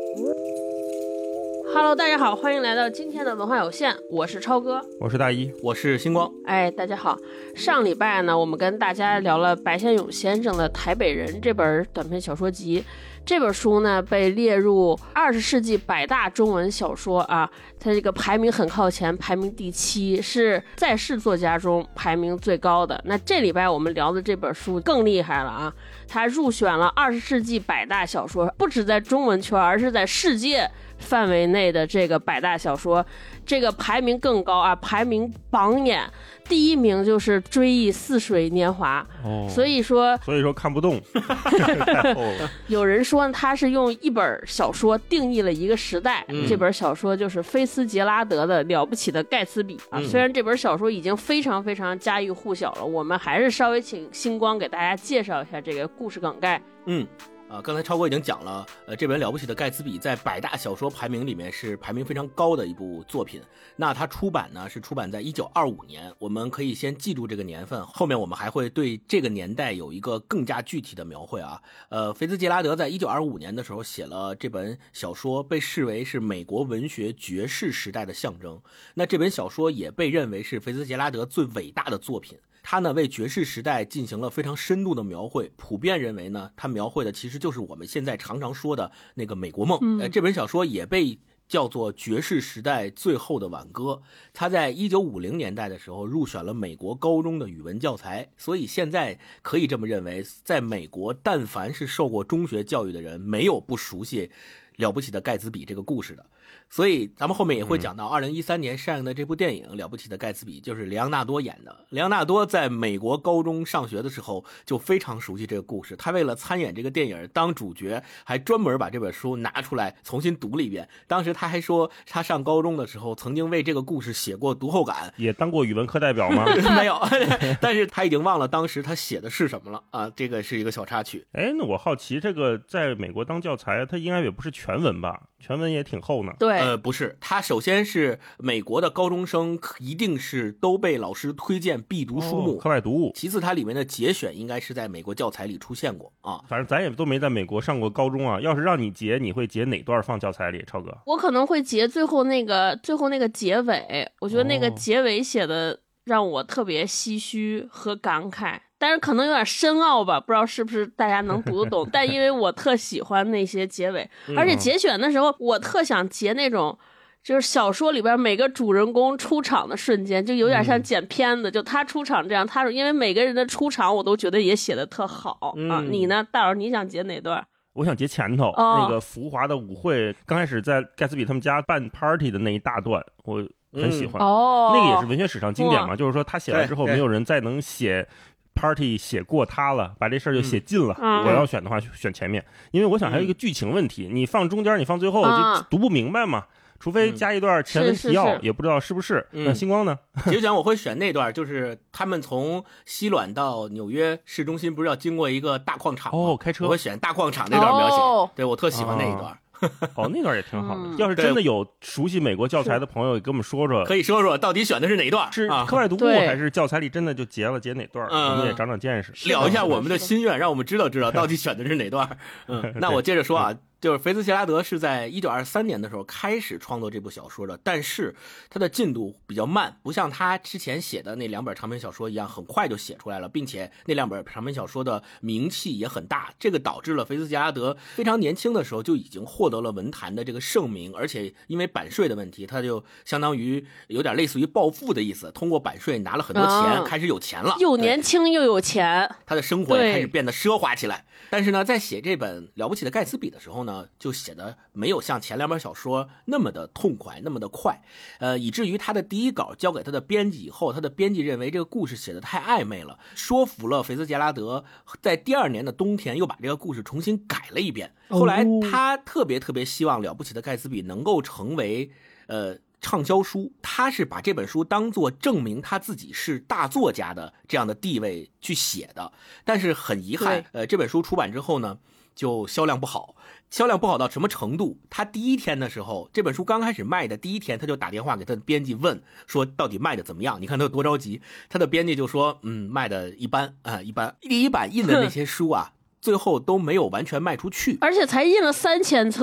Hello， 大家好，欢迎来到今天的文化有限，我是超哥， 我是大一， 我是星光。 大家好。上礼拜呢，我们跟大家聊了白先勇先生的《台北人》这本短篇小说集。这本书呢被列入20世纪100大中文小说啊，它这个排名很靠前，排名第7，是在世作家中排名最高的。那这礼拜我们聊的这本书更厉害了啊，它入选了20世纪100大小说，不止在中文圈，而是在世界范围内的这个100大小说，这个排名更高啊，排名榜眼，第1名就是《追忆似水年华》。所以说看不动。 有人说他是用一本小说定义了一个时代，这本小说就是菲茨杰拉德的《了不起的盖茨比》啊。虽然这本小说已经非常非常家喻户晓了，我们还是稍微请星光给大家介绍一下这个故事梗概。 刚才超哥已经讲了，这本《了不起的盖茨比》在100大小说排名里面是排名非常高的一部作品。那它出版呢是出版在1925年，我们可以先记住这个年份，后面我们还会对这个年代有一个更加具体的描绘啊。菲茨杰拉德在1925年的时候写了这本小说，被视为是美国文学爵士时代的象征。那这本小说也被认为是菲茨杰拉德最伟大的作品。他呢为爵士时代进行了非常深度的描绘，普遍认为呢他描绘的其实就是我们现在常常说的那个美国梦。这本小说也被叫做爵士时代最后的挽歌。他在1950年代的时候入选了美国高中的语文教材，所以现在可以这么认为，在美国但凡是受过中学教育的人，没有不熟悉了不起的盖茨比这个故事的。所以咱们后面也会讲到2013年上映的这部电影《了不起的盖茨比》，就是里昂纳多演的。里昂纳多在美国高中上学的时候就非常熟悉这个故事，他为了参演这个电影当主角，还专门把这本书拿出来重新读了一遍。当时他还说他上高中的时候曾经为这个故事写过读后感。 也当过语文课代表吗？ 没有，但是他已经忘了当时他写的是什么了啊！这个是一个小插曲。 那我好奇，这个在美国当教材，它应该也不是全文吧？全文也挺厚呢。 对， 不是，它首先是美国的高中生一定是都被老师推荐必读书目， 课外读物。 其次，它里面的节选应该是在美国教材里出现过啊。 反正咱也都没在美国上过高中啊。要是让你截，你会截哪段放教材里？超哥， 我可能会截最后那个结尾，我觉得那个结尾写的让我特别唏嘘和感慨。但是可能有点深奥吧，不知道是不是大家能读得懂。但因为我特喜欢那些结尾，而且节选的时候，我特想截那种，就是小说里边每个主人公出场的瞬间，就有点像剪片子，就他出场这样。因为每个人的出场，我都觉得也写得特好啊。你呢，大佬，你想截哪段？ 我想截前头，那个浮华的舞会，刚开始在盖茨比他们家办 party 的那一大段，我很喜欢。那个也是文学史上经典嘛，就是说他写了之后，没有人再能写party 写过他了，把这事儿就写尽了。我要选的话选前面，因为我想还有一个剧情问题，你放中间你放最后就读不明白嘛，除非加一段前文提要，也不知道是不是。那星光呢？ 节选我会选那段，就是他们从西卵到纽约市中心，不是要经过一个大矿场吗？ 开车。 我会选大矿场那段描写，对，我特喜欢那一段。 那段也挺好的。要是真的有熟悉美国教材的朋友，给我们说说， 可以说说到底选的是哪一段？ 是课外读物还是教材里真的就截哪段？我们也长长见识， 聊一下我们的心愿，让我们知道到底选的是哪段。那我接着说啊。就是菲茨杰拉德是在1923年的时候开始创作这部小说的，但是他的进度比较慢，不像他之前写的那2本长篇小说一样很快就写出来了，并且那2本长篇小说的名气也很大，这个导致了菲茨杰拉德非常年轻的时候就已经获得了文坛的这个盛名，而且因为版税的问题，他就相当于有点类似于暴富的意思，通过版税拿了很多钱，开始有钱了， 又年轻又有钱， 他的生活也开始变得奢华起来。但是呢，在写这本《了不起的盖茨比》的时候呢，就写的没有像前2本小说那么的痛快，那么的快，以至于他的第1稿交给他的编辑以后，他的编辑认为这个故事写的太暧昧了，说服了菲茨杰拉德，在第2年的冬天又把这个故事重新改了一遍。后来他特别希望《了不起的盖茨比》能够成为畅销书，他是把这本书当作证明他自己是大作家的这样的地位去写的。但是很遗憾，这本书出版之后呢，就销量不好。销量不好到什么程度？他第1天的时候，这本书刚开始卖的第1天，他就打电话给他的编辑问说到底卖的怎么样？你看他有多着急。他的编辑就说卖的一般啊，一般。第1版印的那些书啊最后都没有完全卖出去， 而且才印了3000册。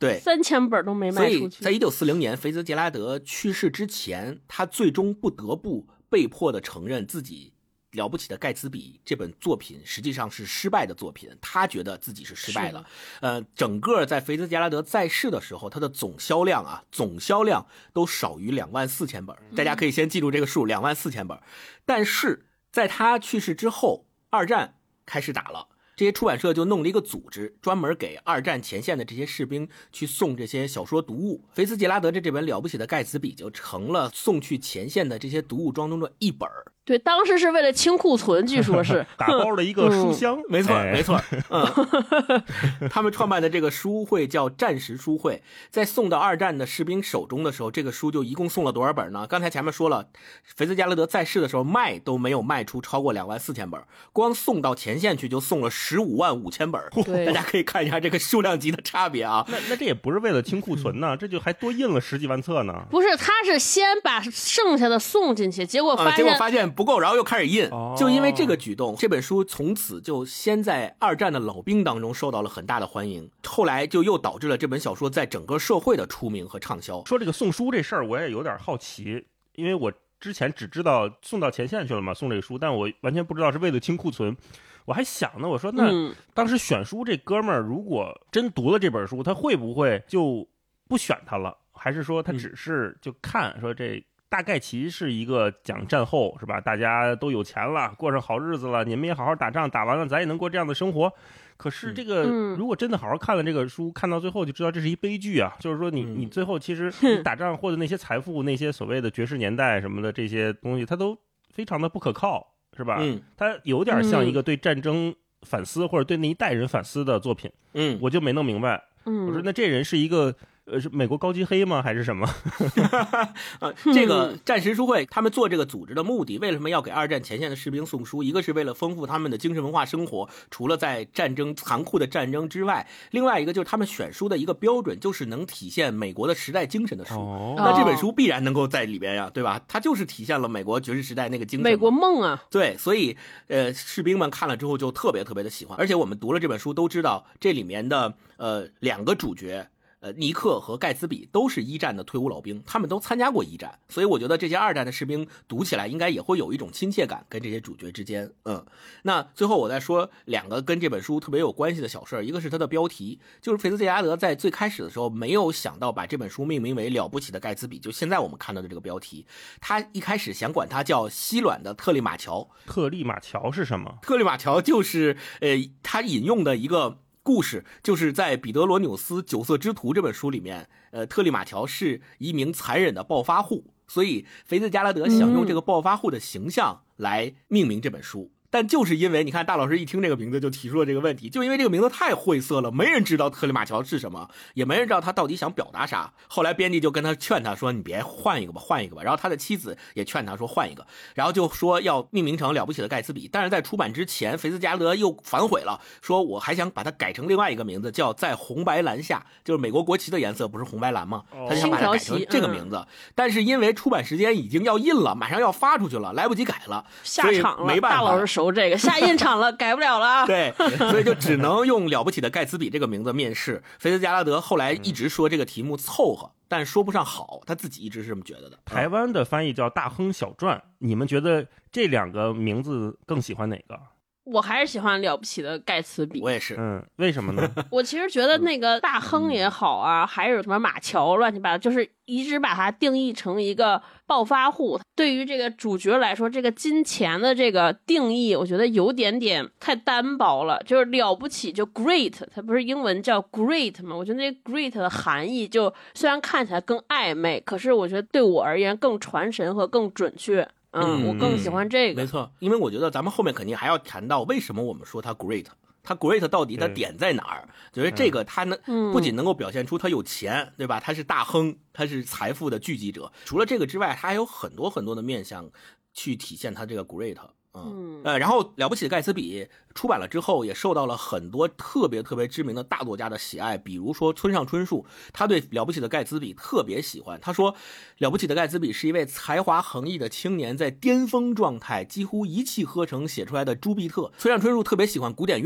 对 ，3000本都没卖出去。 所以在1940年菲兹杰拉德去世之前，他最终不得不被迫的承认自己了不起的盖茨比这本作品实际上是失败的作品，他觉得自己是失败的。整个在菲兹杰拉德在世的时候，他的总销量都少于24000本。大家可以先记住这个数，24000本。但是在他去世之后，二战开始打了。这些出版社就弄了一个组织，专门给二战前线的这些士兵去送这些小说读物。菲兹杰拉德这本了不起的盖茨比就成了送去前线的这些读物装中的一本。 对，当时是为了清库存，据说是打包的一个书箱。 没错没错。他们创办的这个书会叫战时书会，在送到二战的士兵手中的时候，这个书就一共送了多少本呢？刚才前面说了，菲兹杰拉德在世的时候卖都没有卖出超过24000本，光送到前线去就送了155000本。大家可以看一下这个数量级的差别啊。 那这也不是为了清库存呢，这就还多印了10几万册呢。 不是，他是先把剩下的送进去，结果发现不够，然后又开始印。就因为这个举动，这本书从此就先在二战的老兵当中受到了很大的欢迎，后来就又导致了这本小说在整个社会的出名和畅销。 说这个送书这事儿，我也有点好奇，因为我之前只知道送到前线去了嘛，送这个书，但我完全不知道是为了清库存。我还想呢，我说那当时选书这哥们儿如果真读了这本书，他会不会就不选它了？还是说他只是就看说这大概其是一个讲战后是吧？大家都有钱了，过上好日子了，你们也好好打仗，打完了咱也能过这样的生活。可是这个如果真的好好看了这个书，看到最后就知道这是一悲剧啊！就是说你最后其实你打仗获得那些财富，那些所谓的爵士年代什么的这些东西，它都非常的不可靠，是吧？它有点像一个对战争反思或者对那一代人反思的作品。我就没弄明白。我说那这人是一个是美国高级黑吗？还是什么？ 这个战时书会他们做这个组织的目的，为什么要给二战前线的士兵送书？一个是为了丰富他们的精神文化生活，除了在战争残酷的战争之外，另外一个就是他们选书的一个标准，就是能体现美国的时代精神的书。那这本书必然能够在里边呀，对吧？它就是体现了美国爵士时代那个精神， 美国梦啊。 对，所以士兵们看了之后就特别特别的喜欢，而且我们读了这本书都知道，这里面的两个主角。尼克和盖茨比都是一战的退伍老兵，他们都参加过一战，所以我觉得这些二战的士兵读起来应该也会有一种亲切感，跟这些主角之间。那最后我再说两个跟这本书特别有关系的小事儿，一个是它的标题，就是菲兹杰拉德在最开始的时候没有想到把这本书命名为了不起的盖茨比，就现在我们看到的这个标题，他一开始想管它叫稀软的特利马乔。 特利马乔是什么？ 特利马乔就是他引用的一个故事，就是在彼得罗纽斯《酒色之徒》这本书里面，特利马乔是一名残忍的暴发户，所以菲兹加拉德想用这个暴发户的形象来命名这本书。但就是因为你看大老师一听这个名字就提出了这个问题，就因为这个名字太晦涩了，没人知道特里马乔是什么，也没人知道他到底想表达啥。后来编辑就跟他劝他说，你别换一个吧，换一个吧。然后他的妻子也劝他说换一个，然后就说要命名成了不起的盖茨比。但是在出版之前，菲兹加德又反悔了，说我还想把它改成另外一个名字，叫在红白蓝下，就是美国国旗的颜色不是红白蓝吗？他就想把它改成这个名字。但是因为出版时间已经要印了，马上要发出去了，来不及改了， 下场了， 没办法， 大老师这个下印场了，改不了了。 对，所以就只能用了不起的盖茨比这个名字面世。菲兹加拉德后来一直说这个题目凑合，但说不上好，他自己一直是这么觉得的。 台湾的翻译叫大亨小传，你们觉得这两个名字更喜欢哪个？ 我还是喜欢了不起的盖茨比。 我也是。 为什么呢？ 我其实觉得那个大亨也好啊，还有什么马乔乱七八糟，就是一直把它定义成一个暴发户。对于这个主角来说，这个金钱的这个定义，我觉得有点点太单薄了。就是了不起就 great， 它不是英文叫 great 吗？我觉得那 great 的含义就虽然看起来更暧昧，可是我觉得对我而言更传神和更准确。我更喜欢这个。 没错，因为我觉得咱们后面肯定还要谈到为什么我们说它 great， 它 great 到底它点在哪儿？就是这个它不仅能够表现出他有钱，对吧？他是大亨，他是财富的聚集者。除了这个之外，他还有很多很多的面向去体现他这个 great。然后了不起的盖茨比出版了之后，也受到了很多特别特别知名的大作家的喜爱，比如说村上春树，他对了不起的盖茨比特别喜欢。他说，了不起的盖茨比是一位才华横溢的青年，在巅峰状态，几乎一气呵成写出来的朱庇特。村上春树特别喜欢古典乐嘛，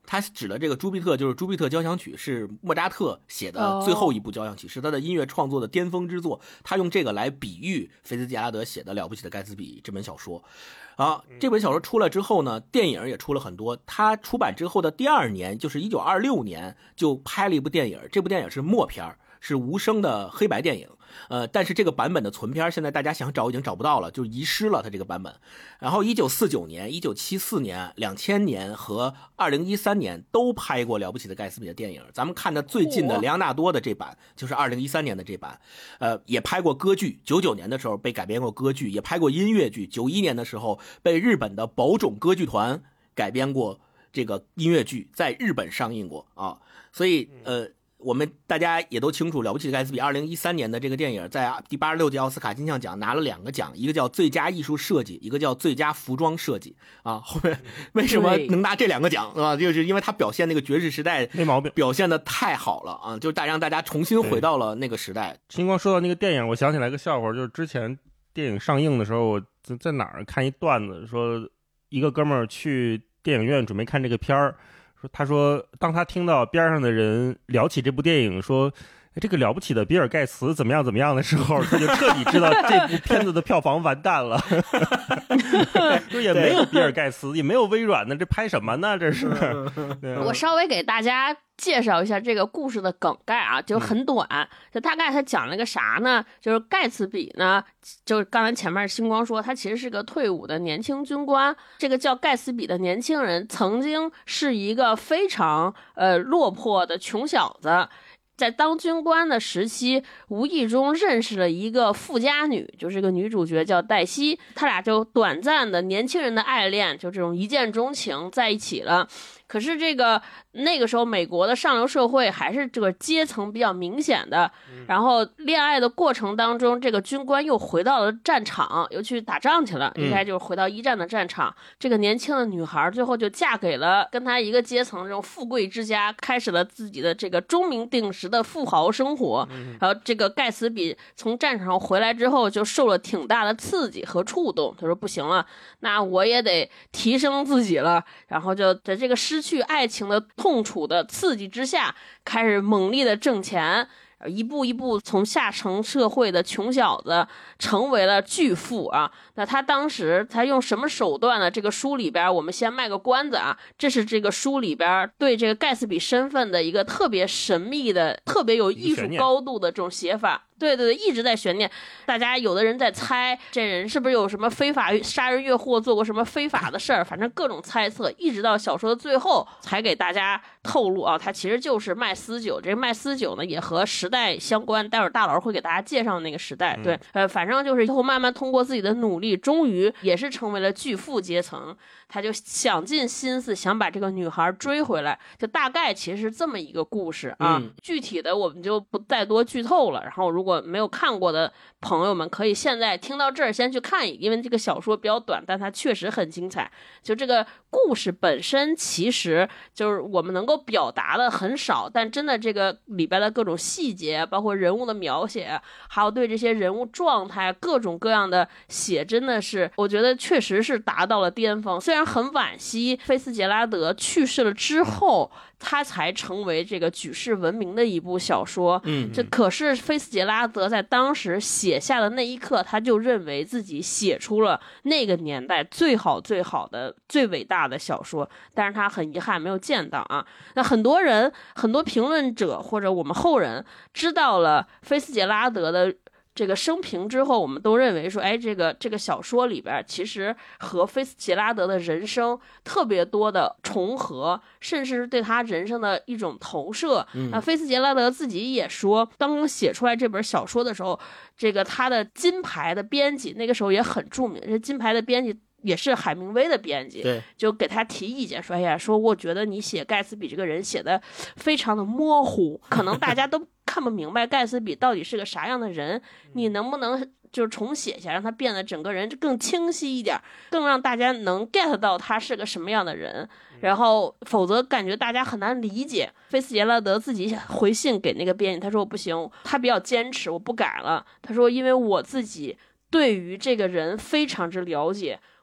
他指的这个朱庇特就是朱庇特交响曲，是莫扎特写的最后一部交响曲，是他的音乐创作的巅峰之作。他用这个来比喻菲茨杰拉德写的《了不起的盖茨比》这本小说。这本小说出来之后呢，电影也出了很多。他出版之后的第二年，就是1926年，就拍了一部电影，这部电影是默片，是无声的黑白电影。但是这个版本的存片现在大家想找已经找不到了，就遗失了它这个版本。然后1949年、1974年、2000年和2013年都拍过《了不起的盖茨比》的电影。咱们看的最近的莱昂纳多的这版，就是2013年的这版，也拍过歌剧，99年的时候被改编过歌剧，也拍过音乐剧，91年的时候被日本的宝冢歌剧团改编过这个音乐剧，在日本上映过啊。所以我们大家也都清楚，《了不起的盖茨比》2013年的这个电影在第86届奥斯卡金像奖拿了2个奖，一个叫最佳艺术设计，一个叫最佳服装设计啊。后面为什么能拿这2个奖啊？就是因为他表现那个爵士时代没毛病， 表现的太好了啊，就让大家重新回到了那个时代。 星光说到那个电影，我想起来个笑话，就是之前电影上映的时候，我在哪儿看一段子，说一个哥们儿去电影院准备看这个片儿。他说当他听到边上的人聊起这部电影，说这个了不起的比尔盖茨怎么样怎么样的时候，他就彻底知道这部片子的票房完蛋了。说也没有比尔盖茨，也没有微软呢，这拍什么呢？这是。 我稍微给大家介绍一下这个故事的梗概啊，就很短，就大概他讲了个啥呢？就是盖茨比呢，就是刚才前面星光说，他其实是个退伍的年轻军官。这个叫盖茨比的年轻人，曾经是一个非常落魄的穷小子。在当军官的时期，无意中认识了一个富家女，就是个女主角叫黛西，他俩就短暂的年轻人的爱恋，就这种一见钟情在一起了。可是那个时候美国的上流社会还是这个阶层比较明显的，然后恋爱的过程当中，这个军官又回到了战场，又去打仗去了，应该就是回到一战的战场。这个年轻的女孩最后就嫁给了跟他一个阶层这种富贵之家，开始了自己的这个钟鸣定时的富豪生活。然后这个盖茨比从战场回来之后就受了挺大的刺激和触动，他说不行了，那我也得提升自己了，然后就在这个失去爱情的痛楚的刺激之下，开始猛力的挣钱，一步一步从下层社会的穷小子成为了巨富啊。那他当时他用什么手段呢？这个书里边我们先卖个关子啊，这是这个书里边对这个盖茨比身份的一个特别神秘的、特别有艺术高度的这种写法。对，一直在悬念，大家有的人在猜这人是不是有什么非法杀人越货，做过什么非法的事儿，反正各种猜测，一直到小说的最后才给大家透露啊，他其实就是卖私酒。这个卖私酒呢也和时代相关，待会儿大老师会给大家介绍那个时代。对，反正就是以后慢慢通过自己的努力，终于也是成为了巨富阶层。他就想尽心思想把这个女孩追回来，就大概其实是这么一个故事啊。具体的我们就不再多剧透了。然后如果没有看过的朋友们，可以现在听到这儿先去看，因为这个小说比较短，但它确实很精彩。就这个故事本身，其实就是我们能够表达的很少，但真的这个里边的各种细节，包括人物的描写，还有对这些人物状态各种各样的写，真的是我觉得确实是达到了巅峰。虽然很惋惜菲茨杰拉德去世了之后，他才成为这个举世闻名的一部小说。这可是菲茨杰拉德在当时写下的那一刻，他就认为自己写出了那个年代最好的最伟大的小说，但是他很遗憾没有见到啊。那很多人很多评论者或者我们后人知道了菲茨杰拉德的这个生平之后，我们都认为说，这个小说里边其实和菲茨杰拉德的人生特别多的重合，甚至是对他人生的一种投射。菲茨杰拉德自己也说，当写出来这本小说的时候，这个他的金牌的编辑那个时候也很著名，这金牌的编辑也是海明威的编辑， 对， 就给他提意见说，说我觉得你写盖茨比这个人写的非常的模糊，可能大家都看不明白盖茨比到底是个啥样的人，你能不能就是重写一下，让他变得整个人更清晰一点，更让大家能 get 到他是个什么样的人，然后否则感觉大家很难理解。菲茨杰拉德自己回信给那个编辑，他说不行，他比较坚持，我不改了。他说因为我自己对于这个人非常之了解，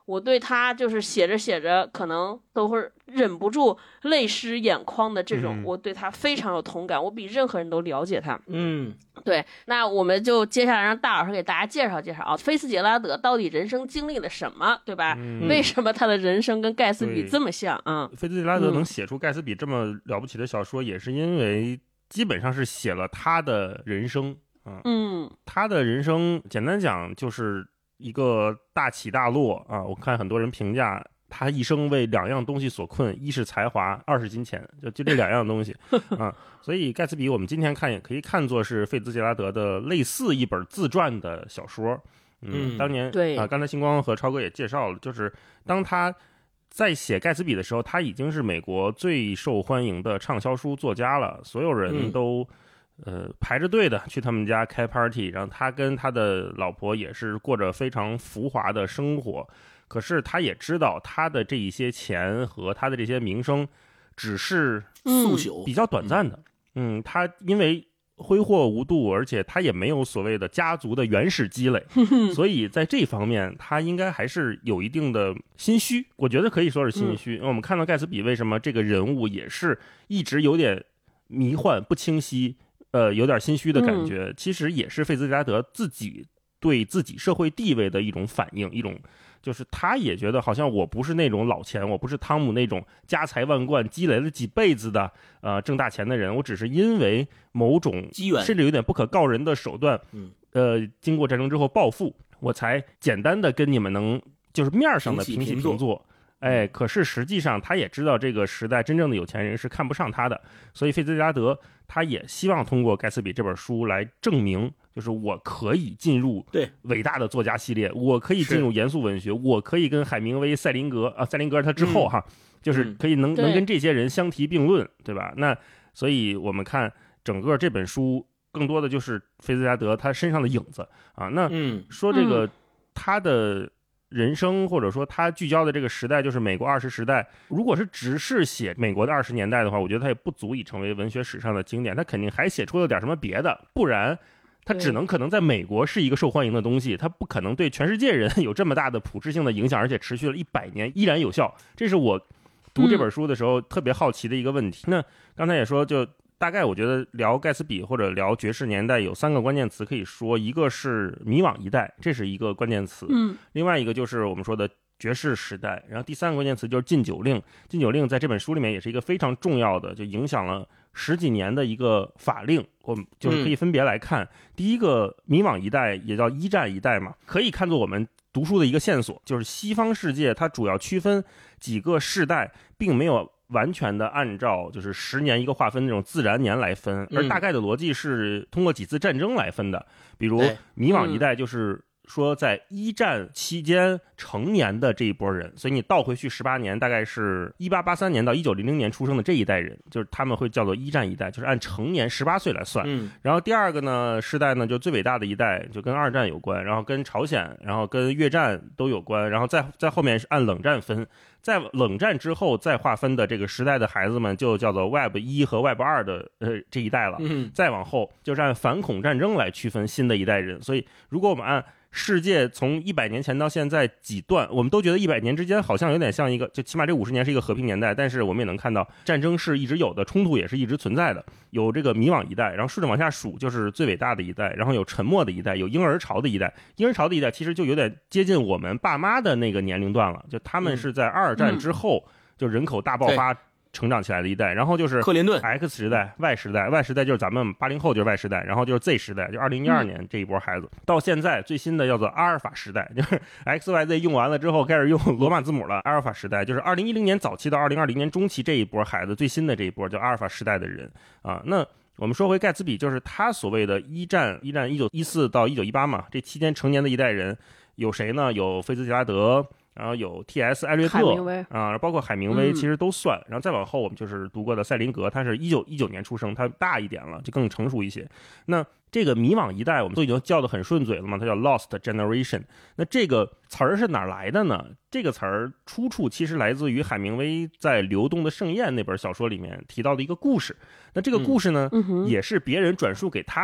我对他就是写着写着可能都会忍不住泪湿眼眶的这种，我对他非常有同感，我比任何人都了解他。对，那我们就接下来让大老师给大家介绍介绍啊，菲茨杰拉德到底人生经历了什么，对吧？为什么他的人生跟盖茨比这么像啊？ 菲茨杰拉德能写出盖茨比这么了不起的小说，也是因为基本上是写了他的人生。他的人生简单讲就是一个大起大落啊！我看很多人评价他一生为2样东西所困，一是才华，二是金钱，就这2样东西啊。所以盖茨比我们今天看也可以看作是菲茨杰拉德的类似一本自传的小说。当年对刚才星光和超哥也介绍了，就是当他在写盖茨比的时候，他已经是美国最受欢迎的畅销书作家了，所有人都排着队的去他们家开 party， 然后他跟他的老婆也是过着非常浮华的生活。可是他也知道他的这一些钱和他的这些名声只是速朽， 比较短暂的。他因为挥霍无度，而且他也没有所谓的家族的原始积累，所以在这方面他应该还是有一定的心虚，我觉得可以说是心虚。我们看到盖茨比为什么这个人物也是一直有点迷幻不清晰，有点心虚的感觉，其实也是菲茨杰拉德自己对自己社会地位的一种反应，一种就是他也觉得好像我不是那种老钱，我不是汤姆那种家财万贯积累了几辈子的挣大钱的人，我只是因为某种机缘， 甚至有点不可告人的手段，经过战争之后暴富，我才简单的跟你们能就是面上的平起平坐。可是实际上他也知道这个时代真正的有钱人是看不上他的，所以菲茨杰拉德他也希望通过盖茨比这本书来证明，就是我可以进入伟大的作家系列，我可以进入严肃文学，我可以跟海明威、塞林格他之后就是可以能跟这些人相提并论，对吧？那所以我们看整个这本书更多的就是菲茨杰拉德他身上的影子啊。那说这个他的人生，或者说他聚焦的这个时代就是美国20时代，如果是只是写美国的20年代的话，我觉得他也不足以成为文学史上的经典，他肯定还写出了点什么别的，不然他只能可能在美国是一个受欢迎的东西，他不可能对全世界人有这么大的普适性的影响，而且持续了100年依然有效。这是我读这本书的时候特别好奇的一个问题。那刚才也说，就大概我觉得聊盖茨比或者聊爵士年代有3个关键词可以说，一个是迷惘一代，这是一个关键词，另外一个就是我们说的爵士时代，然后第3个关键词就是禁酒令。禁酒令在这本书里面也是一个非常重要的，就影响了10几年的一个法令，我们就是可以分别来看。第一个迷惘一代也叫一战一代嘛，可以看作我们读书的一个线索，就是西方世界它主要区分几个世代，并没有完全的按照就是10年一个划分那种自然年来分，而大概的逻辑是通过几次战争来分的。比如迷惘一代就是说在1战期间成年的这一波人，所以你倒回去18年，大概是1883年到1900年出生的这一代人，就是他们会叫做1战一代，就是按成年18岁来算。然后第2个呢世代呢就最伟大的一代，就跟2战有关，然后跟朝鲜，然后跟越战都有关，然后在后面是按冷战分，在冷战之后再划分的这个时代的孩子们就叫做 Web 1和 Web 2的这一代了。再往后就是按反恐战争来区分新的一代人。所以如果我们按世界从100年前到现在几段，我们都觉得100年之间好像有点像一个，就起码这50年是一个和平年代，但是我们也能看到战争是一直有的，冲突也是一直存在的。有这个迷惘一代，然后顺着往下数就是最伟大的一代，然后有沉默的一代，有婴儿潮的一代。婴儿潮的一代其实就有点接近我们爸妈的那个年龄段了，就他们是在2战之后就人口大爆发成长起来的一代。然后就是克林顿 X 时代 Y 时代 Y 时代就是咱们80后就是 Y 时代，然后就是 Z 时代，就2012年这一波孩子，到现在最新的叫做阿尔法时代，就是 XYZ 用完了之后开始用罗马字母了。阿尔法时代就是2010年早期到2020年中期这一波孩子，最新的这一波叫阿尔法时代的人啊。那我们说回盖茨比，就是他所谓的一战1914到1918嘛，这期间成年的一代人有谁呢？有菲茨杰拉德，然后有 T.S. 艾略特啊，包括海明威其实都算。然后再往后我们就是读过的塞林格，他是1919年出生，他大一点了，就更成熟一些。那这个迷惘一代我们都已经叫得很顺嘴了嘛，它叫 Lost Generation。那这个词儿是哪来的呢？这个词儿出处其实来自于海明威在《流动的盛宴》那本小说里面提到的一个故事。那这个故事呢，也是别人转述给他的。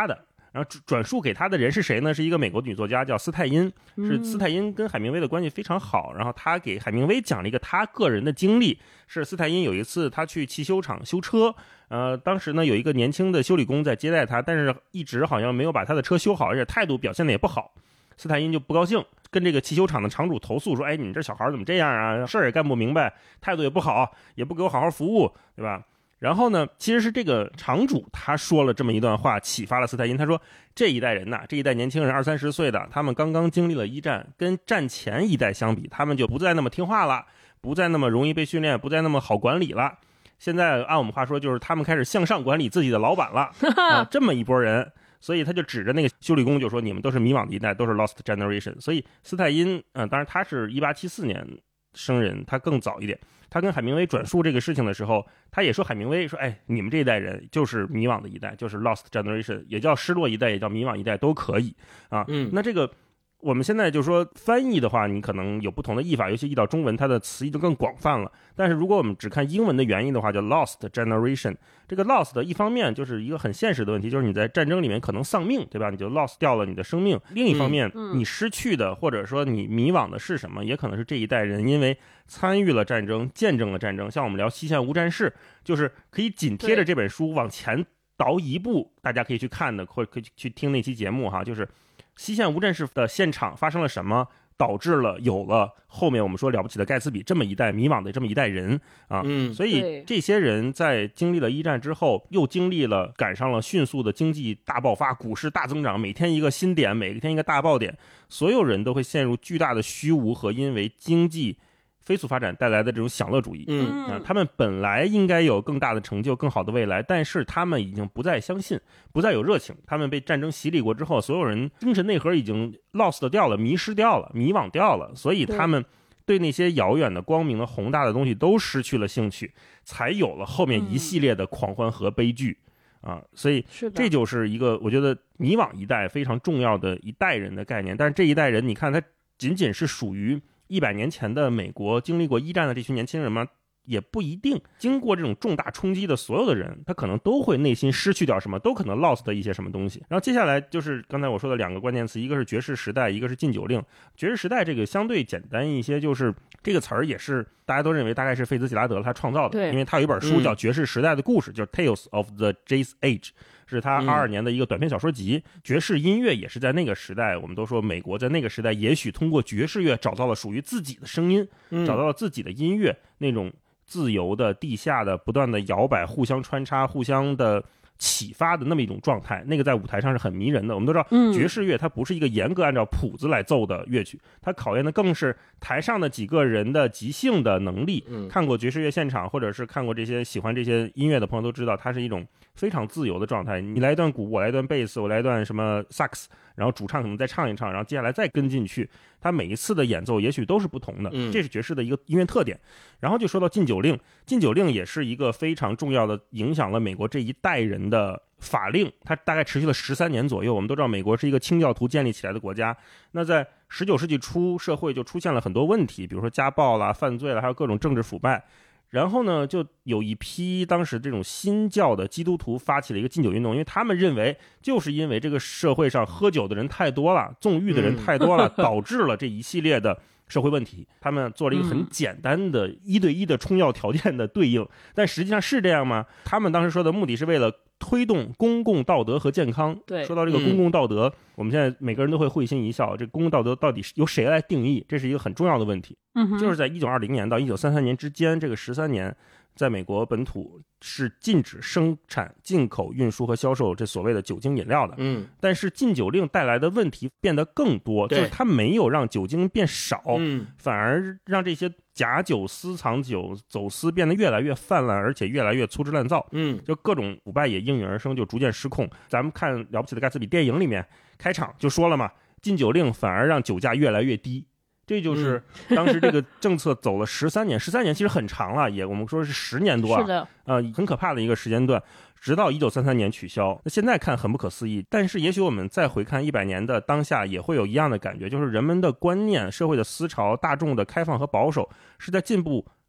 然后转述给他的人是谁呢？是一个美国女作家叫斯泰因，是斯泰因跟海明威的关系非常好，然后他给海明威讲了一个他个人的经历，是斯泰因有一次他去汽修厂修车，当时呢有一个年轻的修理工在接待他，但是一直好像没有把他的车修好，而且态度表现的也不好，斯泰因就不高兴，跟这个汽修厂的厂主投诉说，哎，你这小孩怎么这样啊，事儿也干不明白，态度也不好，也不给我好好服务，对吧？然后呢，其实是这个厂主他说了这么一段话，启发了斯泰因。他说这一代人呐，这一代年轻人20-30岁的，他们刚刚经历了一战，跟战前一代相比，他们就不再那么听话了，不再那么容易被训练，不再那么好管理了。现在按我们话说，就是他们开始向上管理自己的老板了这么一拨人。所以他就指着那个修理工就说，你们都是迷惘的一代，都是 lost generation。 所以斯泰因当然他是1874年生人，他更早一点。他跟海明威转述这个事情的时候，他也说海明威说，哎，你们这一代人就是迷惘的一代，就是 lost generation， 也叫失落一代，也叫迷惘一代，都可以啊。那这个我们现在就说翻译的话，你可能有不同的译法，尤其译到中文，它的词义就更广泛了。但是如果我们只看英文的原意的话，叫 lost generation。这个 lost 一方面就是一个很现实的问题，就是你在战争里面可能丧命，对吧？你就 lost 掉了你的生命。另一方面，你失去的或者说你迷惘的是什么，也可能是这一代人因为参与了战争，见证了战争。像我们聊西线无战事，就是可以紧贴着这本书往前倒一步，大家可以去看的，或者可以去听那期节目哈，就是西线无战事的现场发生了什么，导致了有了后面我们说了不起的盖茨比这么一代迷惘的这么一代人啊。所以这些人在经历了一战之后，又经历了赶上了迅速的经济大爆发，股市大增长，每天一个新点，每天一个大爆点，所有人都会陷入巨大的虚无和因为经济飞速发展带来的这种享乐主义。他们本来应该有更大的成就，更好的未来，但是他们已经不再相信，不再有热情。他们被战争洗礼过之后，所有人精神内核已经 lost 掉了，迷失掉了，迷惘掉了，所以他们对那些遥远的光明的宏大的东西都失去了兴趣，才有了后面一系列的狂欢和悲剧所以这就是一个我觉得迷惘一代非常重要的一代人的概念。但是这一代人你看他仅仅是属于100年前的美国经历过一战的这群年轻人吗？也不一定。经过这种重大冲击的所有的人，他可能都会内心失去掉什么，都可能 lost 的一些什么东西。然后接下来就是刚才我说的2个关键词，一个是爵士时代，一个是禁酒令。爵士时代这个相对简单一些，就是这个词儿也是大家都认为大概是费兹吉拉德他创造的，因为他有一本书叫《爵士时代的故事》，叫 Tales of the Jazz Age，是他22年的一个短篇小说集。爵士音乐也是在那个时代，我们都说美国在那个时代也许通过爵士乐找到了属于自己的声音，找到了自己的音乐，那种自由的地下的不断的摇摆，互相穿插，互相的启发的那么一种状态，那个在舞台上是很迷人的。我们都知道爵士乐它不是一个严格按照谱子来奏的乐曲，它考验的更是台上的几个人的即兴的能力。看过爵士乐现场或者是看过这些喜欢这些音乐的朋友都知道，它是一种非常自由的状态。你来一段鼓，我来一段贝斯，我来一段什么萨克斯，然后主唱可能再唱一唱，然后接下来再跟进去，它每一次的演奏也许都是不同的，这是爵士的一个音乐特点。然后就说到禁酒令，禁酒令也是一个非常重要的影响了美国这一代人的法令，它大概持续了13年左右。我们都知道美国是一个清教徒建立起来的国家，那在19世纪初社会就出现了很多问题，比如说家暴啦、犯罪啦，还有各种政治腐败。然后呢，就有一批当时这种新教的基督徒发起了一个禁酒运动，因为他们认为就是因为这个社会上喝酒的人太多了，纵欲的人太多了，导致了这一系列的社会问题。他们做了一个很简单的1对1的充药条件的对应，但实际上是这样吗？他们当时说的目的是为了推动公共道德和健康。 对， 说到这个公共道德，我们现在每个人都会会心一笑，这公共道德到底是由谁来定义？这是一个很重要的问题。就是在1920年到1933年之间，这个13年，在美国本土是禁止生产、进口、运输和销售这所谓的酒精饮料的。但是禁酒令带来的问题变得更多，就是它没有让酒精变少，反而让这些假酒、私藏酒、走私变得越来越泛滥，而且越来越粗制滥造。就各种腐败也应运而生，就逐渐失控。咱们看《了不起的盖茨比》电影里面开场就说了嘛，禁酒令反而让酒价越来越低。这就是当时这个政策走了13年，13年其实很长了，也我们说是10年多啊， 是的， 很可怕的一个时间段，直到1933年取消。那现在看很不可思议，但是也许我们再回看100年的当下，也会有一样的感觉，就是人们的观念、社会的思潮、大众的开放和保守是在进步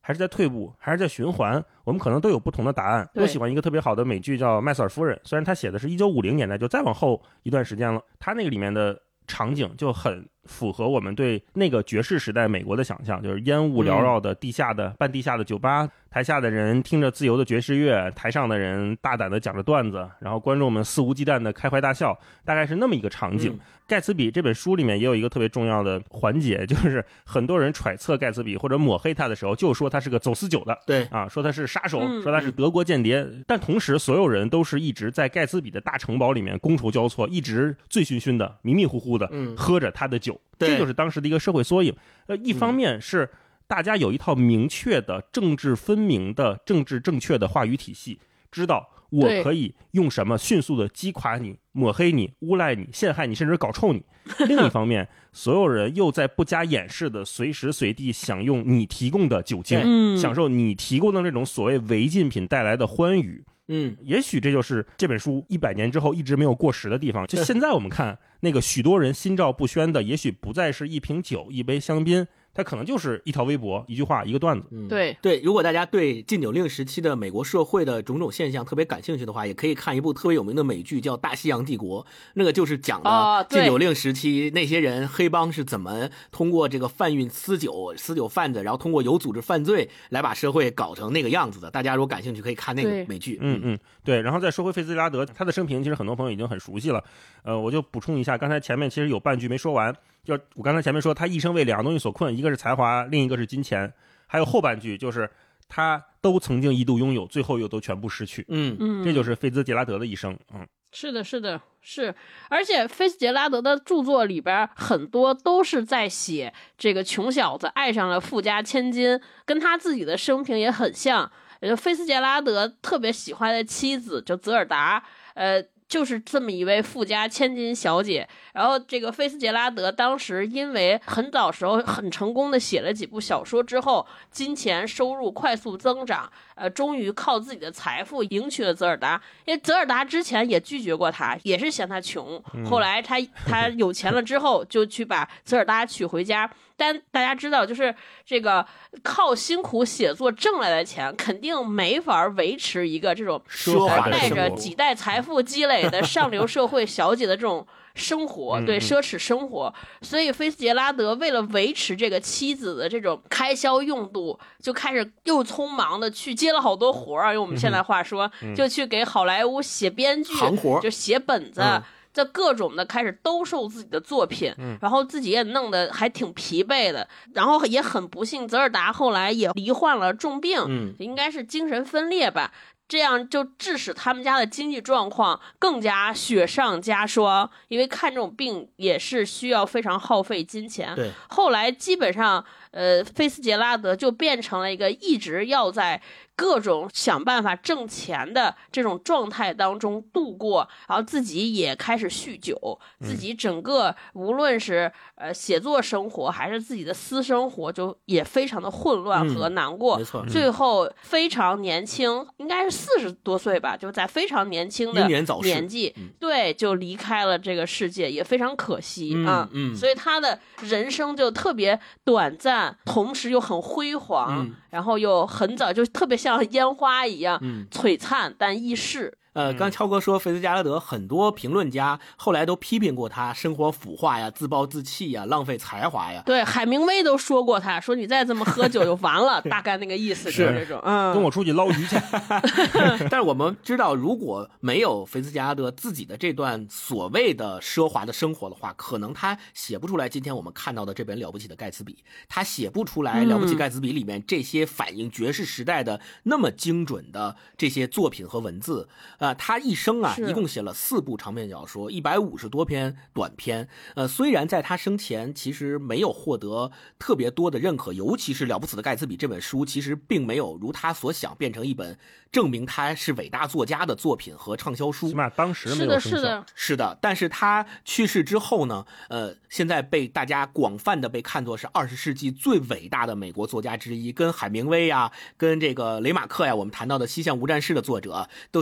还是在退步，还是在循环，我们可能都有不同的答案。我喜欢一个特别好的美剧叫《麦瑟尔夫人》，虽然他写的是1950年代，就再往后一段时间了，他那个里面的场景就很符合我们对那个爵士时代美国的想象，就是烟雾缭绕的地下的半地下的酒吧，台下的人听着自由的爵士乐，台上的人大胆的讲着段子，然后观众们肆无忌惮的开怀大笑，大概是那么一个场景。盖茨比这本书里面也有一个特别重要的环节，就是很多人揣测盖茨比或者抹黑他的时候，就说他是个走私酒的， 对啊，说他是杀手，说他是德国间谍，但同时所有人都是一直在盖茨比的大城堡里面觥筹交错，一直醉醺醺的迷迷糊糊的喝着他的酒，这就是当时的一个社会缩影。一方面是大家有一套明确的政治分明的政治正确的话语体系，知道我可以用什么迅速的击垮你、抹黑你、诬赖你、陷害你，甚至搞臭你。另一方面，所有人又在不加掩饰的随时随地享用你提供的酒精，享受你提供的那种所谓违禁品带来的欢愉。也许这就是这本书100年之后一直没有过时的地方。就现在我们看那个许多人心照不宣的，也许不再是一瓶酒、一杯香槟，它可能就是一条微博、一句话、一个段子。 对，如果大家对禁酒令时期的美国社会的种种现象特别感兴趣的话，也可以看一部特别有名的美剧叫《大西洋帝国》，那个就是讲了禁酒令时期那些人黑帮是怎么通过这个贩运私酒贩子，然后通过有组织犯罪来把社会搞成那个样子的。大家如果感兴趣可以看那个美剧。 对。然后再说回菲茨杰拉德，他的生平其实很多朋友已经很熟悉了，我就补充一下，刚才前面其实有半句没说完，就我刚才前面说他一生为2个东西所困，一个是才华，另一个是金钱，还有后半句就是他都曾经一度拥有，最后又都全部失去。这就是菲茨杰拉德的一生。 是的，而且菲茨杰拉德的著作里边很多都是在写这个穷小子爱上了富家千金，跟他自己的生平也很像。菲茨杰拉德特别喜欢的妻子就泽尔达，就是这么一位富家千金小姐。然后这个菲茨杰拉德当时因为很早时候很成功的写了几部小说之后，金钱收入快速增长，终于靠自己的财富迎娶了泽尔达。因为泽尔达之前也拒绝过他，也是嫌他穷，后来他有钱了之后就去把泽尔达娶回家。但大家知道，就是这个靠辛苦写作挣来的钱，肯定没法维持一个这种带着几代财富积累的上流社会小姐的这种生活，对，奢侈生活。所以菲茨杰拉德为了维持这个妻子的这种开销用度，就开始又匆忙的去接了好多活儿，用我们现在话说，就去给好莱坞写编剧，就写本子。这各种的开始兜售自己的作品，然后自己也弄得还挺疲惫的，然后也很不幸，泽尔达后来也罹患了重病，应该是精神分裂吧。这样就致使他们家的经济状况更加雪上加霜，因为看这种病也是需要非常耗费金钱。 对， 后来基本上，菲茨杰拉德就变成了一个一直要在各种想办法挣钱的这种状态当中度过，然后自己也开始酗酒，自己整个无论是写作生活还是自己的私生活，就也非常的混乱和难过。 没错， 最后非常年轻，应该是40多岁吧，就在非常年轻的年纪，对，就离开了这个世界，也非常可惜啊。所以他的人生就特别短暂，同时又很辉煌，然后又很早，就特别像烟花一样，璀璨但易逝。 刚超哥说菲茨杰拉德很多评论家后来都批评过他生活腐化呀、自暴自弃呀、浪费才华呀。 对，海明威都说过他，说你再这么喝酒就完了，大概那个意思是这种。 跟我出去捞鱼去。 但是我们知道，如果没有菲茨杰拉德自己的这段所谓的奢华的生活的话，可能他写不出来今天我们看到的这本了不起的盖茨比，他写不出来了不起盖茨比里面这些反映爵士时代的那么精准的这些作品和文字。他一生一共写了4部长篇小说，150多篇短篇。虽然在他生前其实没有获得特别多的认可，尤其是《了不起的盖茨比》这本书，其实并没有如他所想变成一本证明他是伟大作家的作品和畅销书。 起码当时没有生效。 是的。但是他去世之后呢，现在被大家广泛的被看作是20世纪最伟大的美国作家之一，跟海明威啊，跟这个雷马克呀，我们谈到的《西线无战事》的作者，都是这些人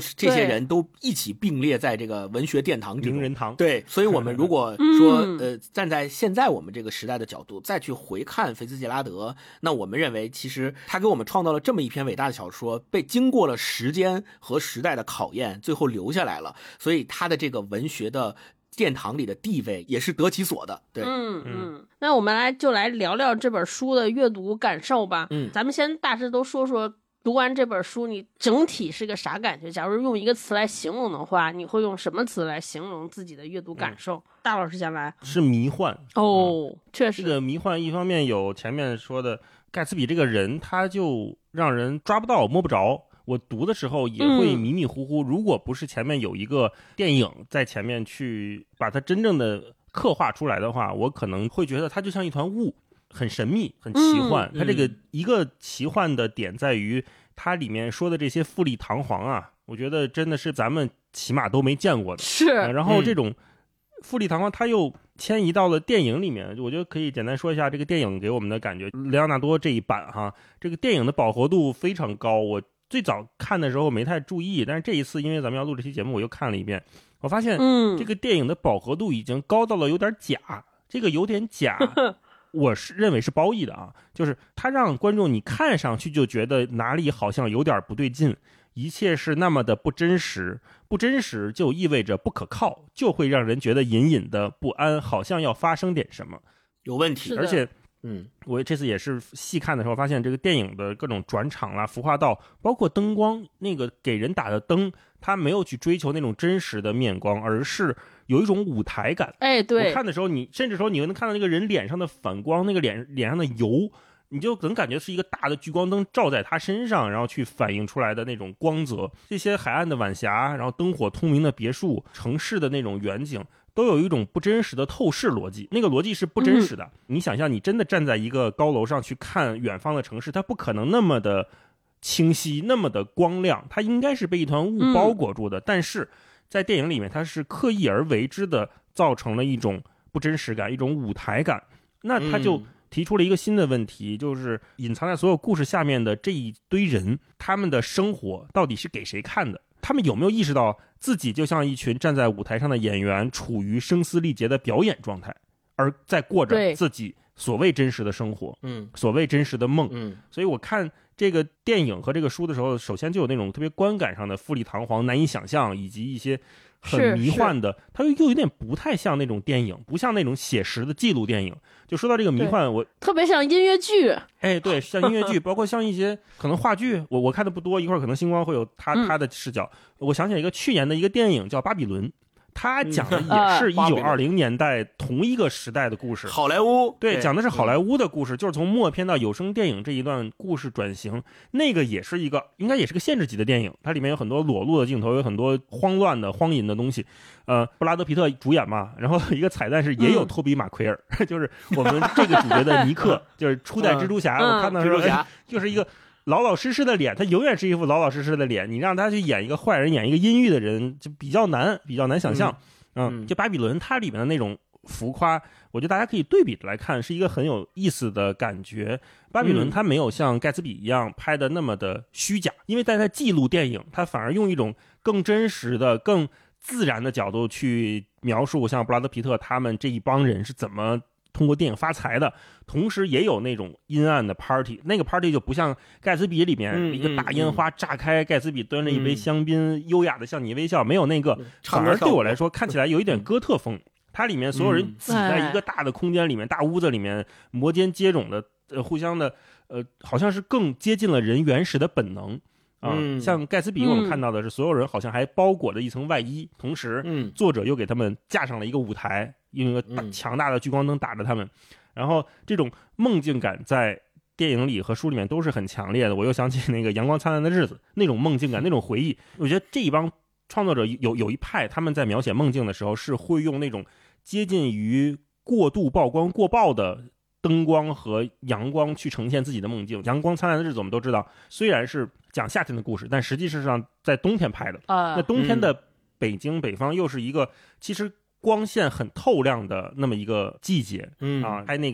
人都一起并列在这个文学殿堂之中， 名人堂。 对，所以我们如果说站在现在我们这个时代的角度再去回看菲茨杰拉德，那我们认为其实他给我们创造了这么一篇伟大的小说，被经过了时间和时代的考验，最后留下来了，所以他的这个文学的殿堂里的地位也是得其所的。对， 那我们来聊聊这本书的阅读感受吧。咱们先大致都说说读完这本书你整体是个啥感觉？假如用一个词来形容的话，你会用什么词来形容自己的阅读感受？大老师先来。 是迷幻确实。 这个迷幻一方面有前面说的盖茨比这个人，他就让人抓不到摸不着，我读的时候也会迷迷糊糊，如果不是前面有一个电影在前面去把它真正的刻画出来的话，我可能会觉得它就像一团雾，很神秘很奇幻。它这个一个奇幻的点在于它里面说的这些富丽堂皇啊，我觉得真的是咱们起码都没见过的。 是然后这种富丽堂皇它又迁移到了电影里面，我觉得可以简单说一下这个电影给我们的感觉。莱昂纳多这一版哈，这个电影的饱和度非常高，我最早看的时候没太注意，但是这一次因为咱们要录这期节目，我又看了一遍，我发现这个电影的饱和度已经高到了有点假。这个有点假我是认为是褒义的啊，就是它让观众你看上去就觉得哪里好像有点不对劲，一切是那么的不真实，不真实就意味着不可靠，就会让人觉得隐隐的不安，好像要发生点什么， 有问题。 而且我这次也是细看的时候发现，这个电影的各种转场啦、服化道，包括灯光，那个给人打的灯，它没有去追求那种真实的面光，而是有一种舞台感。 对， 我看的时候，你甚至说你能看到那个人脸上的反光，那个脸上的油，你就能感觉是一个大的聚光灯照在他身上，然后去反映出来的那种光泽。这些海岸的晚霞，然后灯火通明的别墅，城市的那种远景，都有一种不真实的透视逻辑，那个逻辑是不真实的。你想象你真的站在一个高楼上去看远方的城市，它不可能那么的清晰，那么的光亮，它应该是被一团雾包裹住的。但是在电影里面，它是刻意而为之的，造成了一种不真实感，一种舞台感。那它就提出了一个新的问题，就是隐藏在所有故事下面的这一堆人，他们的生活到底是给谁看的？他们有没有意识到自己就像一群站在舞台上的演员，处于声嘶力竭的表演状态，而在过着自己所谓真实的生活，所谓真实的梦。所以我看这个电影和这个书的时候，首先就有那种特别观感上的富丽堂皇、难以想象，以及一些很迷幻的，它又有点不太像那种电影，不像那种写实的纪录电影。就说到这个迷幻，我特别像音乐剧。 对，像音乐剧，包括像一些可能话剧，我看的不多，一会儿可能星光会有他的视角。我想起来一个去年的一个电影叫《巴比伦》，他讲的也是1920年代同一个时代的故事， 好莱坞。 对，讲的是好莱坞的故事，就是从默片到有声电影这一段故事转型。那个也是一个，应该也是个限制级的电影，它里面有很多裸露的镜头，有很多慌乱的荒淫的东西。布拉德皮特主演嘛，然后一个彩蛋是也有托比马奎尔，就是我们这个主角的尼克，就是初代蜘蛛侠。我看到时候就是一个老老实实的脸，他永远是一副老老实实的脸，你让他去演一个坏人，演一个阴郁的人，就比较难想象。就巴比伦它里面的那种浮夸，我觉得大家可以对比来看，是一个很有意思的感觉。巴比伦它没有像盖茨比一样拍的那么的虚假，因为在记录电影，它反而用一种更真实的、更自然的角度去描述像布拉德皮特他们这一帮人是怎么通过电影发财的，同时也有那种阴暗的 party， 那个 party 就不像盖茨比里面一个大烟花炸开，盖茨比端着一杯香槟优雅的向你微笑，没有那个，反而对我来说看起来有一点哥特风。它里面所有人挤在一个大的空间里面，大屋子里面摩肩接踵的互相的好像是更接近了人原始的本能。像盖茨比我们看到的是所有人好像还包裹着一层外衣，同时作者又给他们架上了一个舞台，用一个强大的聚光灯打着他们，然后这种梦境感在电影里和书里面都是很强烈的。我又想起那个阳光灿烂的日子，那种梦境感，那种回忆，我觉得这一帮创作者有一派，他们在描写梦境的时候是会用那种接近于过度曝光过曝的灯光和阳光去呈现自己的梦境。阳光灿烂的日子我们都知道，虽然是讲夏天的故事，但实际上在冬天拍的。那冬天的北京北方又是一个其实光线很透亮的那么一个季节。拍那个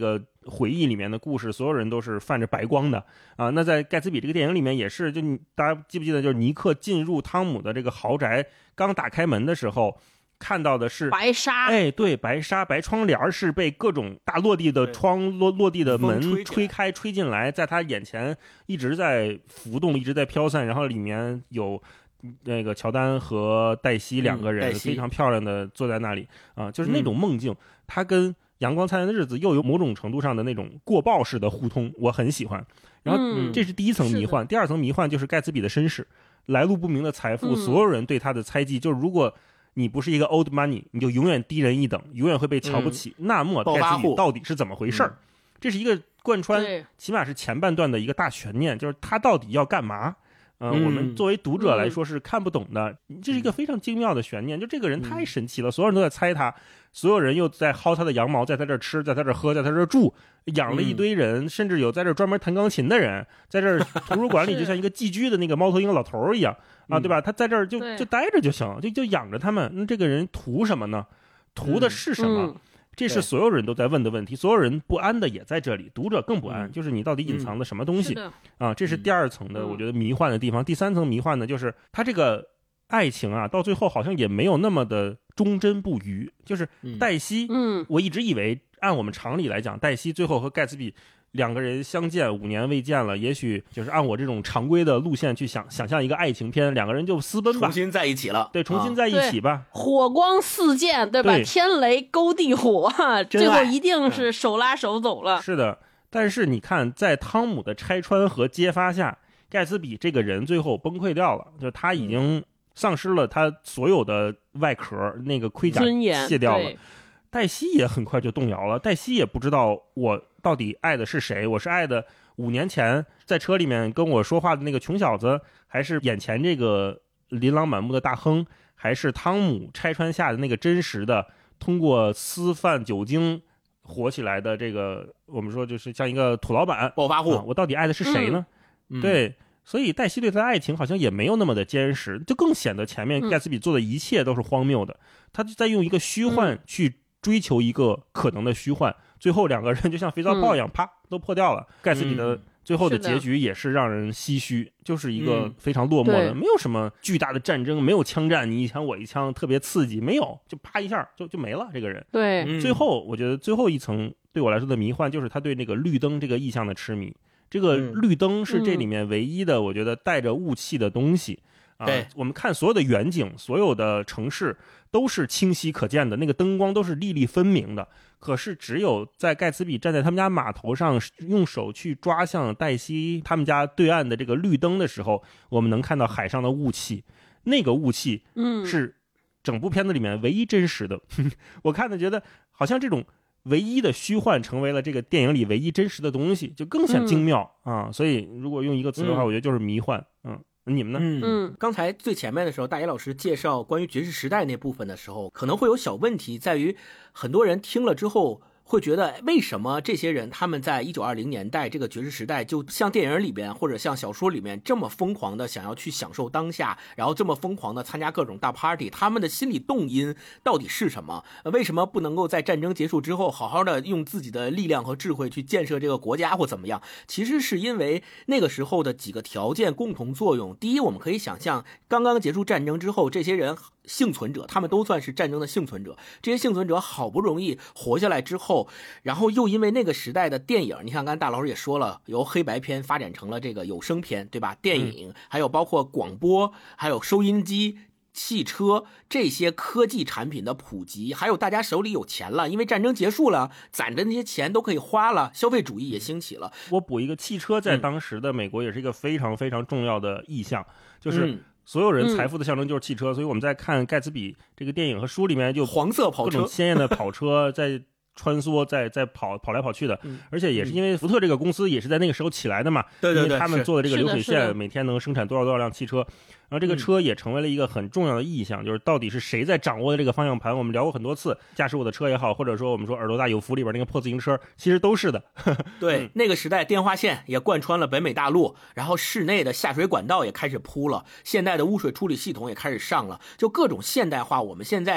回忆里面的故事，所有人都是泛着白光的啊。那在盖茨比这个电影里面也是，就大家记不记得，就是尼克进入汤姆的这个豪宅，刚打开门的时候，看到的是白纱， 哎，对，白纱，白窗帘是被各种大落地的窗、落地的门吹开、吹进来，在他眼前一直在浮动，一直在飘散，然后里面有那个乔丹和黛西两个人非常漂亮的坐在那里啊，就是那种梦境，他跟阳光灿烂的日子又有某种程度上的那种过曝式的互通，我很喜欢。然后这是第一层迷幻，第二层迷幻就是盖茨比的身世，来路不明的财富，所有人对他的猜忌，就是如果你不是一个 old money， 你就永远低人一等，永远会被瞧不起。那么盖茨比到底是怎么回事？这是一个贯穿起码是前半段的一个大悬念，就是他到底要干嘛？我们作为读者来说是看不懂的，这是一个非常精妙的悬念。就这个人太神奇了，所有人都在猜他，所有人又在薅他的羊毛，在他这儿吃，在他这儿喝，在他这儿住，养了一堆人，甚至有在这儿专门弹钢琴的人，在这儿图书馆里就像一个寄居的那个猫头鹰老头一样啊，对吧？他在这儿就待着就行，就养着他们。那这个人图什么呢？图的是什么？这是所有人都在问的问题，所有人不安的也在这里，读者更不安，就是你到底隐藏的什么东西啊？这是第二层的，我觉得迷幻的地方。第三层迷幻呢，就是他这个爱情啊，到最后好像也没有那么的忠贞不渝。就是黛西，我一直以为按我们常理来讲，黛西最后和盖茨比两个人相见5年未见了，也许就是按我这种常规的路线去想象一个爱情片，两个人就私奔吧， 重新在一起了， 对，重新在一起吧， 火光四溅，对吧？对，天雷勾地火，最后一定是手拉手走了。 是的，但是你看，在汤姆的拆穿和揭发下，盖茨比这个人最后崩溃掉了，就他已经丧失了他所有的外壳，那个盔甲卸掉了。黛西也很快就动摇了，黛西也不知道我到底爱的是谁，我是爱的5年前在车里面跟我说话的那个穷小子，还是眼前这个琳琅满目的大亨，还是汤姆拆穿下的那个真实的通过私贩酒精火起来的这个我们说就是像一个土老板暴发户， 我到底爱的是谁呢？对，所以黛西对他的爱情好像也没有那么的坚实，就更显得前面盖茨比做的一切都是荒谬的，他就在用一个虚幻去追求一个可能的虚幻，最后两个人就像肥皂泡一样，啪都破掉了。盖茨比的最后的结局也是让人唏嘘，就是一个非常落寞的，没有什么巨大的战争，没有枪战，你一枪我一枪特别刺激，没有，就啪一下就没了这个人。 对， 最后我觉得最后一层对我来说的迷幻就是他对那个绿灯这个意象的痴迷。这个绿灯是这里面唯一的我觉得带着雾气的东西。 对， 我们看所有的远景，所有的城市都是清晰可见的，那个灯光都是粒粒分明的。可是只有在盖茨比站在他们家码头上，用手去抓向黛西他们家对岸的这个绿灯的时候，我们能看到海上的雾气。那个雾气是整部片子里面唯一真实的。我看的觉得好像这种唯一的虚幻成为了这个电影里唯一真实的东西，就更显精妙啊！所以如果用一个词的话，我觉得就是迷幻。你们呢？刚才最前面的时候，大野老师介绍关于爵士时代那部分的时候，可能会有小问题，在于很多人听了之后会觉得，为什么这些人他们在1920年代这个爵士时代，就像电影里边或者像小说里面这么疯狂的想要去享受当下，然后这么疯狂的参加各种大 party， 他们的心理动因到底是什么？为什么不能够在战争结束之后好好的用自己的力量和智慧去建设这个国家或怎么样？其实是因为那个时候的几个条件共同作用。第一，我们可以想象刚刚结束战争之后，这些人幸存者，他们都算是战争的幸存者，这些幸存者好不容易活下来之后，然后又因为那个时代的电影，你看刚才大老师也说了，由黑白片发展成了这个有声片，对吧？电影还有包括广播，还有收音机、汽车，这些科技产品的普及，还有大家手里有钱了，因为战争结束了，攒着那些钱都可以花了，消费主义也兴起了。 我补一个，汽车在当时的美国也是一个非常非常重要的意象，就是所有人财富的象征就是汽车，所以我们在看盖茨比这个电影和书里面，就黄色跑车， 各种鲜艳的跑车在穿梭，在跑来跑去的，而且也是因为福特这个公司也是在那个时候起来的嘛， 对， 因为他们做的这个流水线每天能生产多少辆汽车，然后这个车也成为了一个很重要的意象，就是到底是谁在掌握的这个方向盘。我们聊过很多次，驾驶我的车也好，或者说我们说耳朵大有福里边那个破自行车，其实都是的。 对，那个时代电话线也贯穿了北美大陆，然后室内的下水管道也开始铺了，现代的污水处理系统也开始上了，就各种现代化，我们现在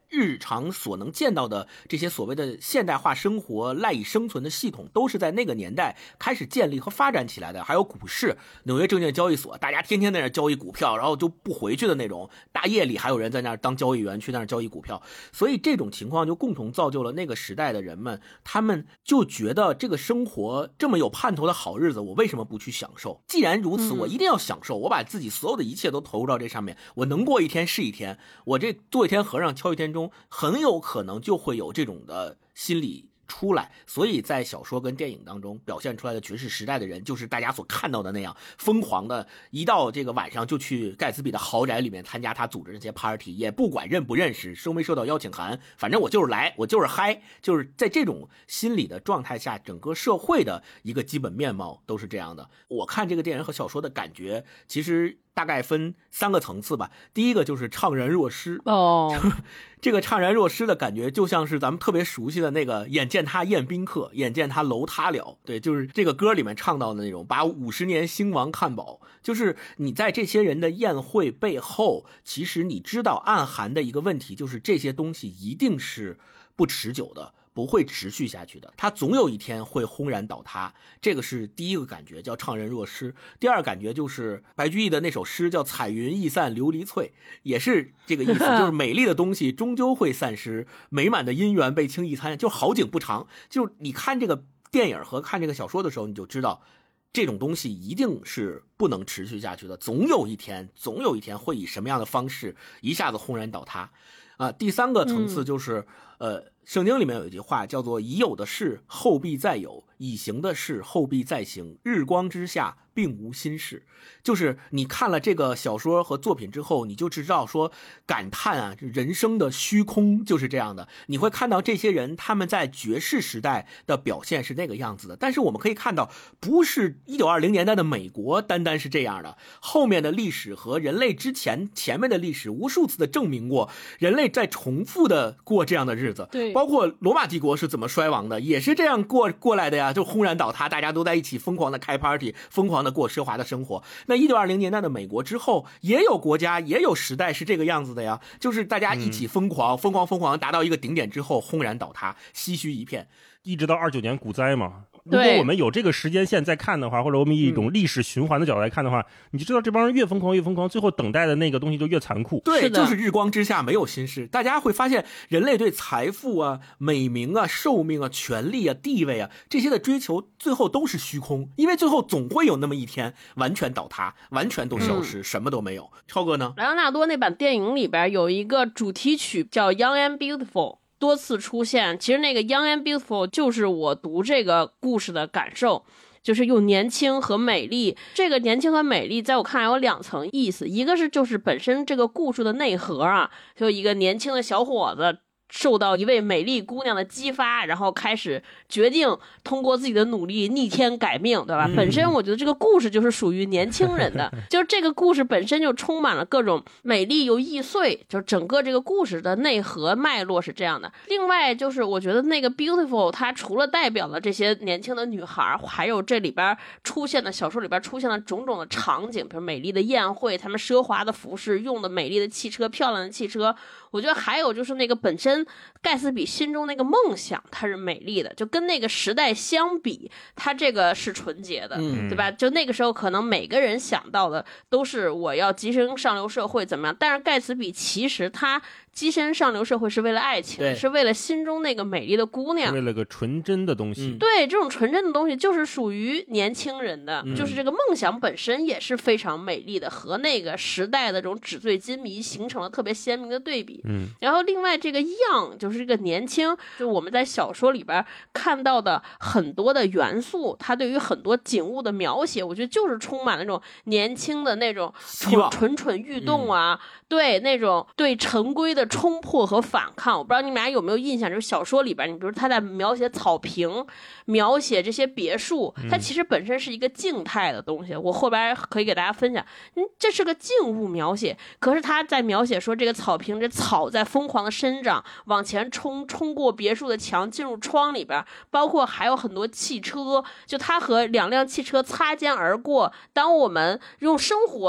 日常所能见到的这些所谓的现代化生活赖以生存的系统，都是在那个年代开始建立和发展起来的。还有股市，纽约证券交易所，大家天天在那交易股票，然后就不回去的那种，大夜里还有人在那当交易员去那交易股票。所以这种情况就共同造就了那个时代的人们，他们就觉得这个生活这么有盼头的好日子，我为什么不去享受？既然如此，我一定要享受，我把自己所有的一切都投入到这上面，我能过一天是一天，我这做一天和尚敲一天钟，很有可能就会有这种的心理出来。所以在小说跟电影当中表现出来的爵士时代的人，就是大家所看到的那样疯狂的，一到这个晚上就去盖茨比的豪宅里面参加他组织这些 party， 也不管认不认识，收没收到邀请函，反正我就是来，我就是嗨，就是在这种心理的状态下，整个社会的一个基本面貌都是这样的。我看这个电影和小说的感觉，其实大概分3个层次吧。第一个就是怅然若失这个怅然若失的感觉，就像是咱们特别熟悉的那个眼见他宴宾客，眼见他楼塌了。对，就是这个歌里面唱到的那种把50年兴亡看饱。就是你在这些人的宴会背后，其实你知道暗含的一个问题，就是这些东西一定是不持久的，不会持续下去的，它总有一天会轰然倒塌。这个是第一个感觉，叫怅然若失。第二感觉就是白居易的那首诗叫彩云易散琉璃脆，也是这个意思，就是美丽的东西终究会散失，美满的姻缘被轻易参，就好景不长。就是你看这个电影和看这个小说的时候，你就知道这种东西一定是不能持续下去的，总有一天会以什么样的方式一下子轰然倒塌。第3个层次就是圣经里面有一句话叫做已有的事后必再有，已行的事后必再行，日光之下并无新事。就是你看了这个小说和作品之后，你就知道说感叹啊，人生的虚空就是这样的。你会看到这些人他们在爵士时代的表现是那个样子的，但是我们可以看到不是1920年代的美国单单是这样的，后面的历史和人类前面的历史无数次的证明过，人类在重复的过这样的日子。 对， 包括罗马帝国是怎么衰亡的，也是这样过来的呀，就轰然倒塌，大家都在一起疯狂的开 party， 疯狂的过奢华的生活。那1920年代的美国之后，也有国家也有时代是这个样子的呀，就是大家一起疯狂达到一个顶点之后轰然倒塌，唏嘘一片， 一直到29年股灾嘛。如果我们有这个时间线再看的话，或者我们以一种历史循环的角度来看的话，你就知道这帮人越疯狂，最后等待的那个东西就越残酷。 对，就是日光之下没有新事。大家会发现人类对财富啊、美名啊、寿命啊、权力啊、地位啊这些的追求，最后都是虚空，因为最后总会有那么一天完全倒塌，完全都消失，什么都没有。超哥呢？ 莱昂纳多那版电影里边有一个主题曲叫 Young and Beautiful，多次出现。其实那个 Young and Beautiful 就是我读这个故事的感受，就是用年轻和美丽。这个年轻和美丽在我看来有2层意思，一个是就是本身这个故事的内核啊，就一个年轻的小伙子受到一位美丽姑娘的激发，然后开始决定通过自己的努力逆天改命，对吧？本身我觉得这个故事就是属于年轻人的，就是这个故事本身就充满了各种美丽又易碎，就整个这个故事的内核脉络是这样的。另外就是我觉得那个 Beautiful 它除了代表了这些年轻的女孩，还有这里边出现的小说里边出现了种种的场景，比如美丽的宴会，他们奢华的服饰，用的美丽的汽车，漂亮的汽车。我觉得还有就是那个本身盖茨比心中那个梦想它是美丽的，就跟那个时代相比，它这个是纯洁的，对吧？就那个时候可能每个人想到的都是我要跻身上流社会怎么样，但是盖茨比其实他跻身上流社会是为了爱情，是为了心中那个美丽的姑娘， 是为了个纯真的东西。 对，这种纯真的东西就是属于年轻人的，就是这个梦想本身也是非常美丽的，和那个时代的这种纸醉金迷形成了特别鲜明的对比。然后另外这个 young 就是这个年轻，就我们在小说里边看到的很多的元素，它对于很多景物的描写，我觉得就是充满了那种年轻的那种蠢欲动啊，对，那种对陈规的冲破和反抗。我不知道你们俩有没有印象，就是小说里边，你比如他在描写草坪，描写这些别墅，它其实本身是一个静态的东西，我后边可以给大家分享，这是个静物描写，可是他在描写说这个草坪，这草在疯狂的生长，往前冲过别墅的墙，进入窗里边，包括还有很多汽车，就他和2辆汽车擦肩而过。当我们用生活的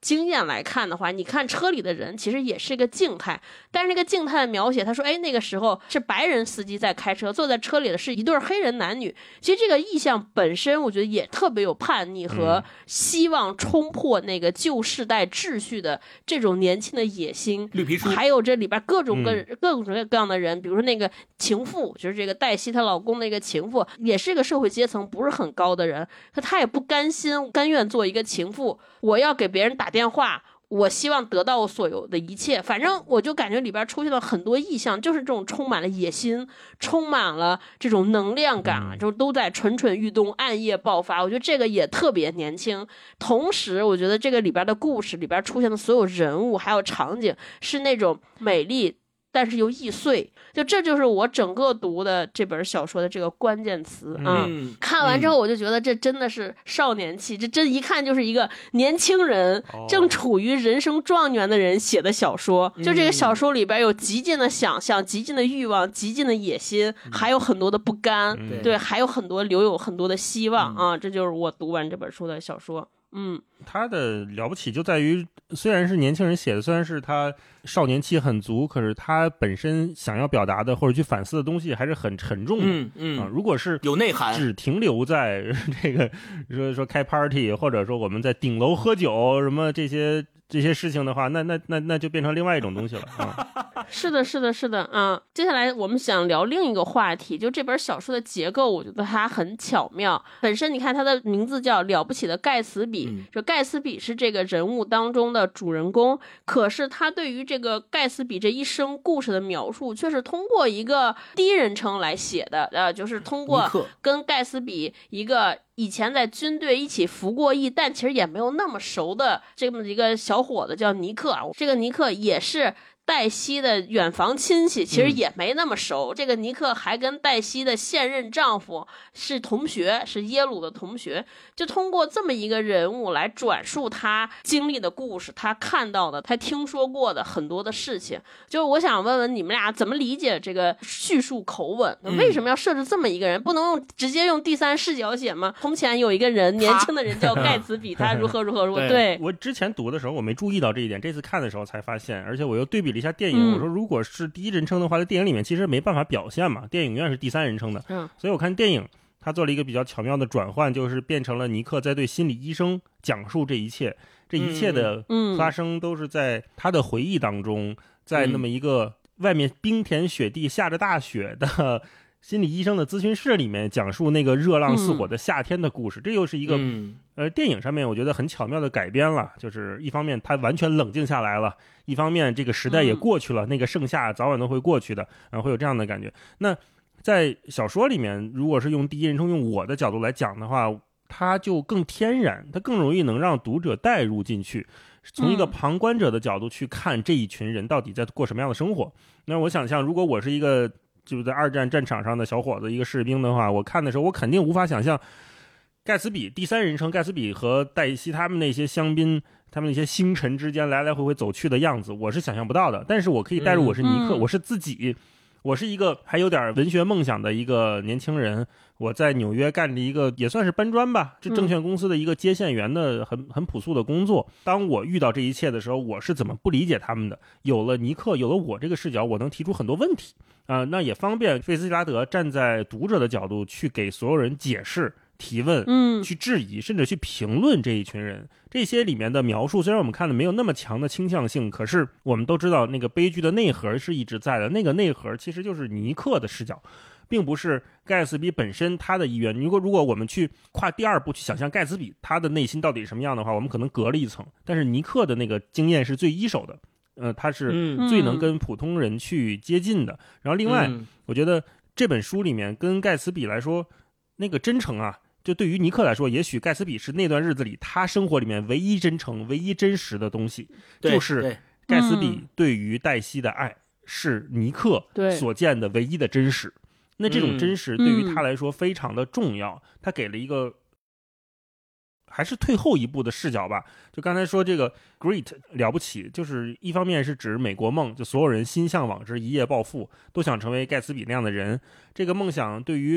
经验来看的话，你看车里的人其实也是一个静态，但是那个静态的描写，他说哎，那个时候是白人司机在开车，坐在车里的是一对黑人男女。其实这个意象本身我觉得也特别有叛逆和希望冲破那个旧世代秩序的这种年轻的野心。 绿皮书还有这里边各种各样的人，比如说那个情妇，就是这个黛西她老公那个情妇，也是一个社会阶层不是很高的人，他也不甘愿做一个情妇，我要给别人打电话，我希望得到我所有的一切。反正我就感觉里边出现了很多意象，就是这种充满了野心，充满了这种能量感，就都在蠢蠢欲动，暗夜爆发。我觉得这个也特别年轻。同时我觉得这个里边的故事里边出现的所有人物还有场景是那种美丽但是又易碎，就这就是我整个读的这本小说的这个关键词啊！看完之后我就觉得这真的是少年气，这真一看就是一个年轻人正处于人生状元的人写的小说。就这个小说里边有极尽的想象、极尽的欲望、极尽的野心，还有很多的不甘，对，还有很多留有很多的希望啊！这就是我读完这本书的小说。 他的了不起就在于，虽然是年轻人写的，虽然是他少年气很足，可是他本身想要表达的或者去反思的东西还是很沉重的。如果是有内涵， 只停留在这个说开 party， 或者说我们在顶楼喝酒什么这些事情的话，那就变成另外一种东西了啊。 是的啊。接下来我们想聊另一个话题，就这本小说的结构，我觉得它很巧妙。本身你看它的名字叫《了不起的盖茨比》，就盖茨比是这个人物当中的主人公，可是他对于这个盖茨比这一生故事的描述却是通过一个第一人称来写的，就是通过跟盖茨比一个以前在军队一起服过役，但其实也没有那么熟的这么一个小伙子叫尼克。这个尼克也是黛西的远房亲戚，其实也没那么熟。这个尼克还跟黛西的现任丈夫是同学，是耶鲁的同学。就通过这么一个人物来转述他经历的故事，他看到的，他听说过的很多的事情。就我想问问你们俩怎么理解这个叙述口吻？为什么要设置这么一个人？不能直接用第三视角写吗？从前有一个人，年轻的人叫盖茨比，他如何。对， 我之前读的时候我没注意到这一点，这次看的时候才发现，而且我又对比了一下电影，我说如果是第一人称的话，在电影里面其实没办法表现嘛，电影永远是第三人称的。所以我看电影他做了一个比较巧妙的转换，就是变成了尼克在对心理医生讲述这一切的发生都是在他的回忆当中，在那么一个外面冰天雪地下着大雪的心理医生的咨询室里面讲述那个热浪似火的夏天的故事。这又是一个电影上面我觉得很巧妙的改编了，就是一方面他完全冷静下来了，一方面这个时代也过去了，那个盛夏早晚都会过去的，会有这样的感觉。那在小说里面如果是用第一人称用我的角度来讲的话，它就更天然，它更容易能让读者带入进去，从一个旁观者的角度去看这一群人到底在过什么样的生活。那我想象如果我是一个就是在二战战场上的小伙子，一个士兵的话，我看的时候我肯定无法想象盖茨比第三人称盖茨比和黛西他们那些香槟他们那些星辰之间来来回回走去的样子，我是想象不到的。但是我可以带入我是尼克，我是自己，我是一个还有点文学梦想的一个年轻人，我在纽约干了一个也算是搬砖吧，这证券公司的一个接线员的很朴素的工作。当我遇到这一切的时候，我是怎么不理解他们的？有了尼克，有了我这个视角，我能提出很多问题那也方便费斯提拉德站在读者的角度去给所有人解释、提问、去质疑，甚至去评论这一群人。这些里面的描述虽然我们看的没有那么强的倾向性，可是我们都知道那个悲剧的内核是一直在的，那个内核其实就是尼克的视角，并不是盖茨比本身他的意愿。如果我们去跨第二步去想象盖茨比他的内心到底什么样的话，我们可能隔了一层。但是尼克的那个经验是最一手的，他是最能跟普通人去接近的。然后另外我觉得这本书里面跟盖茨比来说那个真诚啊，就对于尼克来说，也许盖茨比是那段日子里他生活里面唯一真诚唯一真实的东西，就是盖茨比对于黛西的爱是尼克所见的唯一的真实。那这种真实对于他来说非常的重要，他给了一个还是退后一步的视角吧。就刚才说这个 great 了不起，就是一方面是指美国梦，就所有人心向往之，一夜暴富，都想成为盖茨比那样的人。这个梦想对于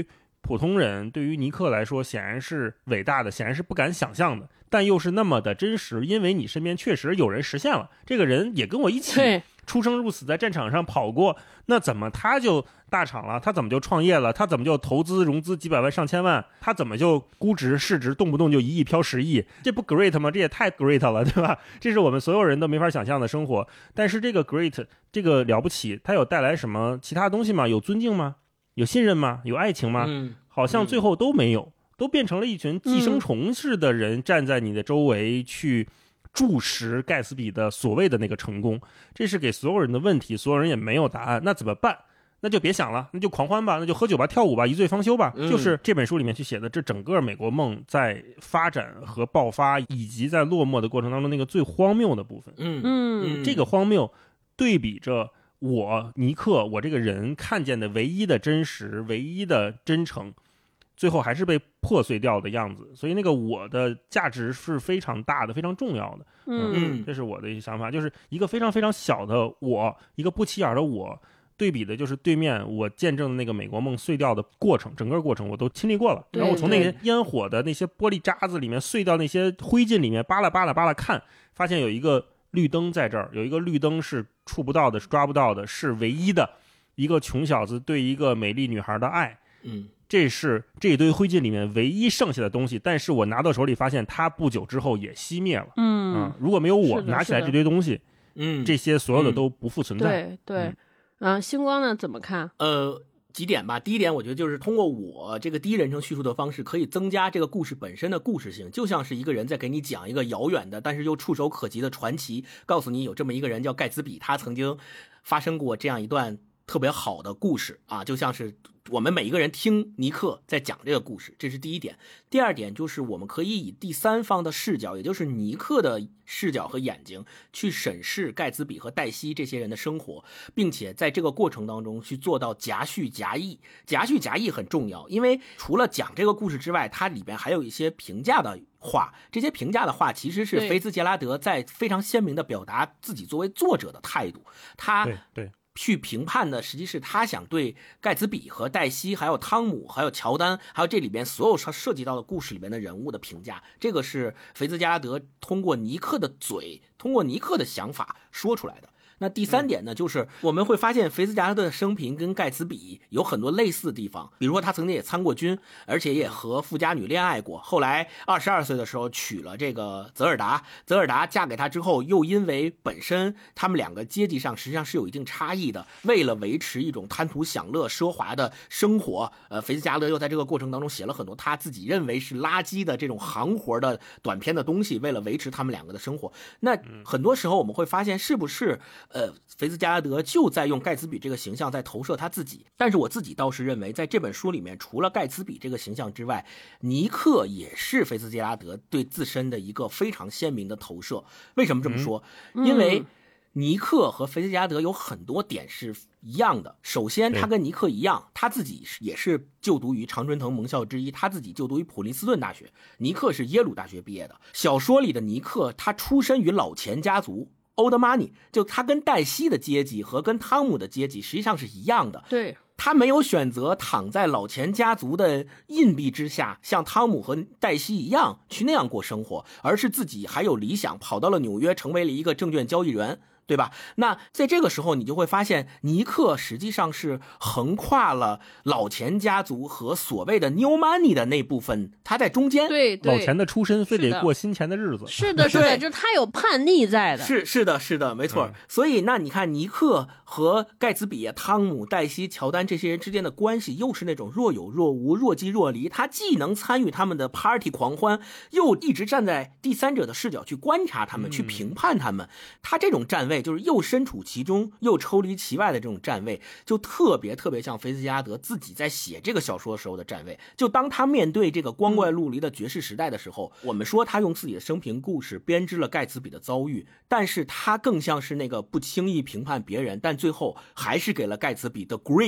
普通人，对于尼克来说显然是伟大的，显然是不敢想象的，但又是那么的真实，因为你身边确实有人实现了，这个人也跟我一起出生入死在战场上跑过，那怎么他就大厂了？他怎么就创业了？他怎么就投资融资几百万上千万？他怎么就估值市值动不动就1亿飘10亿？这不 great 吗？这也太 great 了，对吧？这是我们所有人都没法想象的生活。但是这个 great， 这个了不起，它有带来什么其他东西吗？有尊敬吗？有信任吗？有爱情吗？好像最后都没有，都变成了一群寄生虫似的人站在你的周围去注视盖茨比的所谓的那个成功。这是给所有人的问题，所有人也没有答案。那怎么办？那就别想了，那就狂欢吧，那就喝酒吧，跳舞吧，一醉方休吧。就是这本书里面去写的这整个美国梦在发展和爆发以及在落寞的过程当中那个最荒谬的部分。这个荒谬对比着我尼克，我这个人看见的唯一的真实，唯一的真诚，最后还是被破碎掉的样子。所以那个我的价值是非常大的，非常重要的。这是我的一个想法，就是一个非常非常小的我，一个不起眼的我，对比的就是对面我见证的那个美国梦碎掉的过程，整个过程我都亲历过了。然后我从那个烟火的那些玻璃渣子里面碎掉那些灰烬里面扒拉看，发现有一个绿灯在这儿，有一个绿灯是触不到的，是抓不到的，是唯一的一个穷小子对一个美丽女孩的爱。这是这一堆灰烬里面唯一剩下的东西，但是我拿到手里发现它不久之后也熄灭了。如果没有我拿起来这堆东西，这些所有的都不复存在。 对，星光呢怎么看？ 几点吧。第一点，我觉得就是通过我这个第一人称叙述的方式，可以增加这个故事本身的故事性，就像是一个人在给你讲一个遥远的但是又触手可及的传奇，告诉你有这么一个人叫盖茨比，他曾经发生过这样一段特别好的故事啊，就像是我们每一个人听尼克在讲这个故事，这是第一点。第二点就是我们可以以第三方的视角，也就是尼克的视角和眼睛去审视盖茨比和黛西这些人的生活，并且在这个过程当中去做到夹叙夹议。夹叙夹议很重要，因为除了讲这个故事之外，它里边还有一些评价的话，这些评价的话其实是菲兹杰拉德在非常鲜明的表达自己作为作者的态度。他对去评判的实际是他想对盖茨比和黛西还有汤姆还有乔丹还有这里边所有涉及到的故事里边的人物的评价，这个是菲兹加拉德通过尼克的嘴，通过尼克的想法说出来的。那第三点呢，就是我们会发现菲兹加拉德的生平跟盖茨比有很多类似的地方，比如说他曾经也参过军，而且也和富家女恋爱过，后来22岁的时候娶了这个泽尔达，泽尔达嫁给他之后，又因为本身他们两个阶级上实际上是有一定差异的，为了维持一种贪图享乐奢华的生活，菲兹加拉德又在这个过程当中写了很多他自己认为是垃圾的这种行活的短篇的东西，为了维持他们两个的生活。那很多时候我们会发现，是不是菲兹加拉德就在用盖茨比这个形象在投射他自己？但是我自己倒是认为，在这本书里面，除了盖茨比这个形象之外，尼克也是菲兹加拉德对自身的一个非常鲜明的投射。为什么这么说？因为尼克和菲兹加拉德有很多点是一样的。首先，他跟尼克一样，他自己也是就读于常春藤盟校之一，他自己就读于普林斯顿大学，尼克是耶鲁大学毕业的。小说里的尼克，他出身于老钱家族。Old Money， 就他跟黛西的阶级和跟汤姆的阶级实际上是一样的。 对， 他没有选择躺在老钱家族的荫庇之下，像汤姆和黛西一样去那样过生活，而是自己还有理想，跑到了纽约，成为了一个证券交易员。对吧？那在这个时候，你就会发现，尼克实际上是横跨了老钱家族和所谓的 New Money 的那部分，他在中间。 对， 老钱的出身非得过新钱的日子。 是的，就是他有叛逆在的。 是的，没错。所以，那你看，尼克和盖茨比、汤姆、黛西、乔丹这些人之间的关系，又是那种若有若无、若即若离。他既能参与他们的 party 狂欢，又一直站在第三者的视角去观察他们，去评判他们。他这种站位，就是又身处其中又抽离其外的这种站位，就特别像菲兹加拉德自己在写这个小说的时候的站位。就当他面对这个光怪陆离的爵士时代的时候，我们说他用自己的生平故事编织了盖茨比的遭遇，但是他更像是那个不轻易评判别人，但最后还是给了盖茨比的 great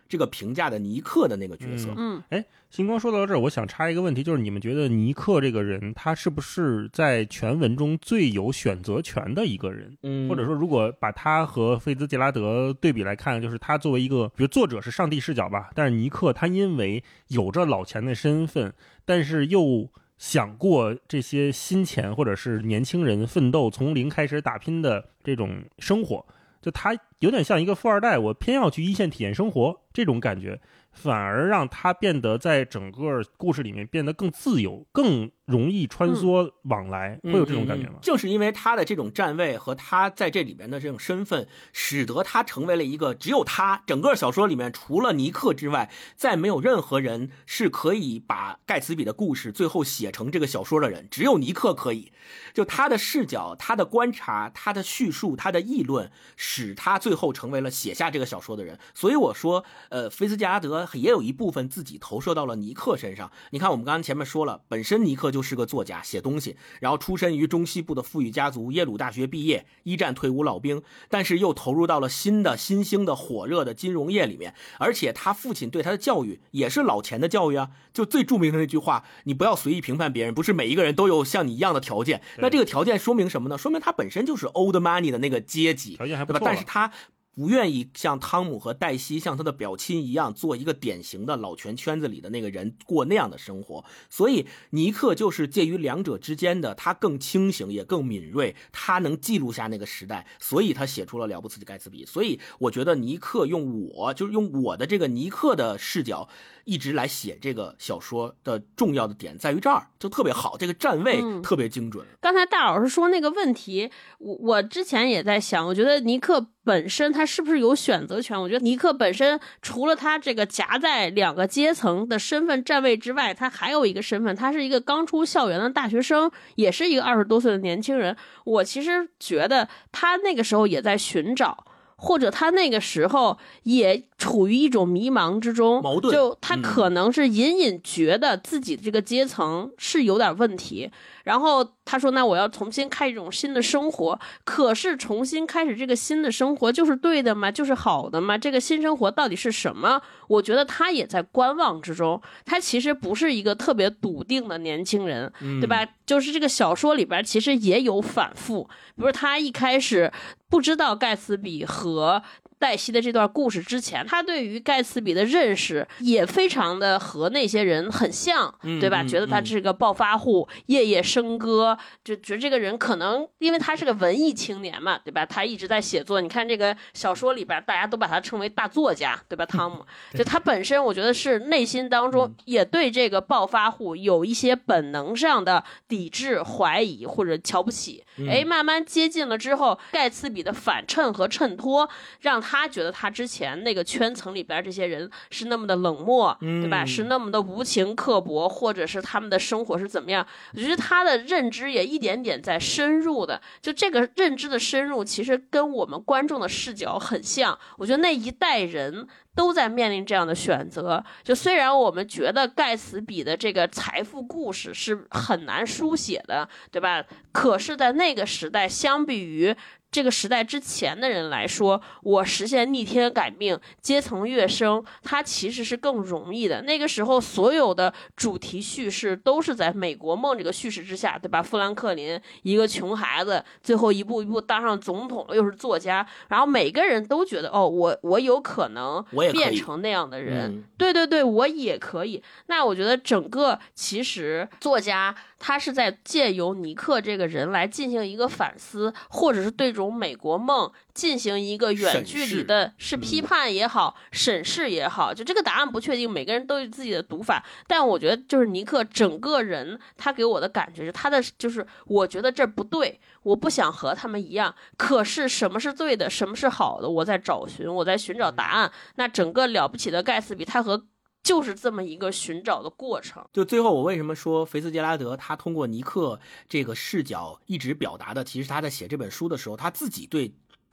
这个评价的尼克的那个角色。 星光说到这儿，我想插一个问题，就是你们觉得尼克这个人，他是不是在全文中最有选择权的一个人？或者说，如果把他和菲兹杰拉德对比来看，就是他作为一个，比如作者是上帝视角吧，但是尼克他因为有着老钱的身份，但是又想过这些新钱或者是年轻人奋斗从零开始打拼的这种生活，就他有点像一个富二代，我偏要去一线体验生活这种感觉，反而让他变得在整个故事里面变得更自由，更容易穿梭往来，会有这种感觉吗？ 正是因为他的这种站位和他在这里面的这种身份，使得他成为了一个只有他整个小说里面除了尼克之外，再没有任何人是可以把盖茨比的故事最后写成这个小说的人，只有尼克可以。就他的视角、他的观察、他的叙述、他的议论，使他最后成为了写下这个小说的人。所以我说菲茨杰拉德也有一部分自己投射到了尼克身上。你看我们刚刚前面说了，本身尼克就是个作家，写东西，然后出身于中西部的富裕家族，耶鲁大学毕业，一战退伍老兵，但是又投入到了新兴的火热的金融业里面。而且他父亲对他的教育也是老钱的教育啊，就最著名的那句话，你不要随意评判别人，不是每一个人都有像你一样的条件。那这个条件说明什么呢？说明他本身就是 old money 的那个阶级， 条件还不错， 但是他不愿意像汤姆和黛西像他的表亲一样做一个典型的老权圈子里的那个人，过那样的生活。所以尼克就是介于两者之间的，他更清醒也更敏锐，他能记录下那个时代，所以他写出了了不起的盖茨比。所以我觉得尼克用我的这个尼克的视角一直来写这个小说的重要的点在于这儿，就特别好，这个站位特别精准。 刚才大老师说那个问题，我之前也在想，我觉得尼克本身他是不是有选择权？我觉得尼克本身除了他这个夹在两个阶层的身份站位之外，他还有一个身份，他是一个刚出校园的大学生，也是一个20多岁的年轻人。我其实觉得他那个时候也在寻找，或者他那个时候也处于一种迷茫之中， 矛盾， 就他可能是隐隐觉得自己这个阶层是有点问题，然后他说那我要重新开一种新的生活，可是重新开始这个新的生活就是对的吗？就是好的吗？这个新生活到底是什么？我觉得他也在观望之中，他其实不是一个特别笃定的年轻人，对吧？就是这个小说里边其实也有反复，比如他一开始不知道盖茨比和黛西的这段故事之前，他对于盖茨比的认识也非常的和那些人很像，对吧？觉得他是个暴发户，夜夜笙歌，就觉得这个人可能因为他是个文艺青年嘛，对吧？他一直在写作，你看这个小说里边大家都把他称为大作家，对吧？汤姆就他本身我觉得是内心当中也对这个暴发户有一些本能上的抵制、怀疑或者瞧不起。慢慢接近了之后，盖茨比的反衬和衬托让他觉得他之前那个圈层里边这些人是那么的冷漠，对吧？是那么的无情刻薄，或者是他们的生活是怎么样？我觉得他的认知也一点点在深入的，就这个认知的深入其实跟我们观众的视角很像。我觉得那一代人都在面临这样的选择，就虽然我们觉得盖茨比的这个财富故事是很难书写的，对吧？可是在那个时代，相比于这个时代之前的人来说，我实现逆天改命、阶层跃升，它其实是更容易的。那个时候所有的主题叙事都是在美国梦这个叙事之下，对吧？富兰克林一个穷孩子，最后一步一步当上总统，又是作家，然后每个人都觉得我有可能变成那样的人，对对对，我也可以。那我觉得整个其实作家他是在借由尼克这个人来进行一个反思，或者是对这种美国梦进行一个远距离的是批判也好，审视也好，就这个答案不确定，每个人都有自己的读法。但我觉得就是尼克整个人他给我的感觉是他的就是我觉得这不对，我不想和他们一样，可是什么是对的，什么是好的，我在找寻，我在寻找答案。那整个了不起的盖茨比他和就是这么一个寻找的过程。 就最后我为什么说菲茨杰拉德他通过尼克这个视角一直表达的，其实他在写这本书的时候他自己对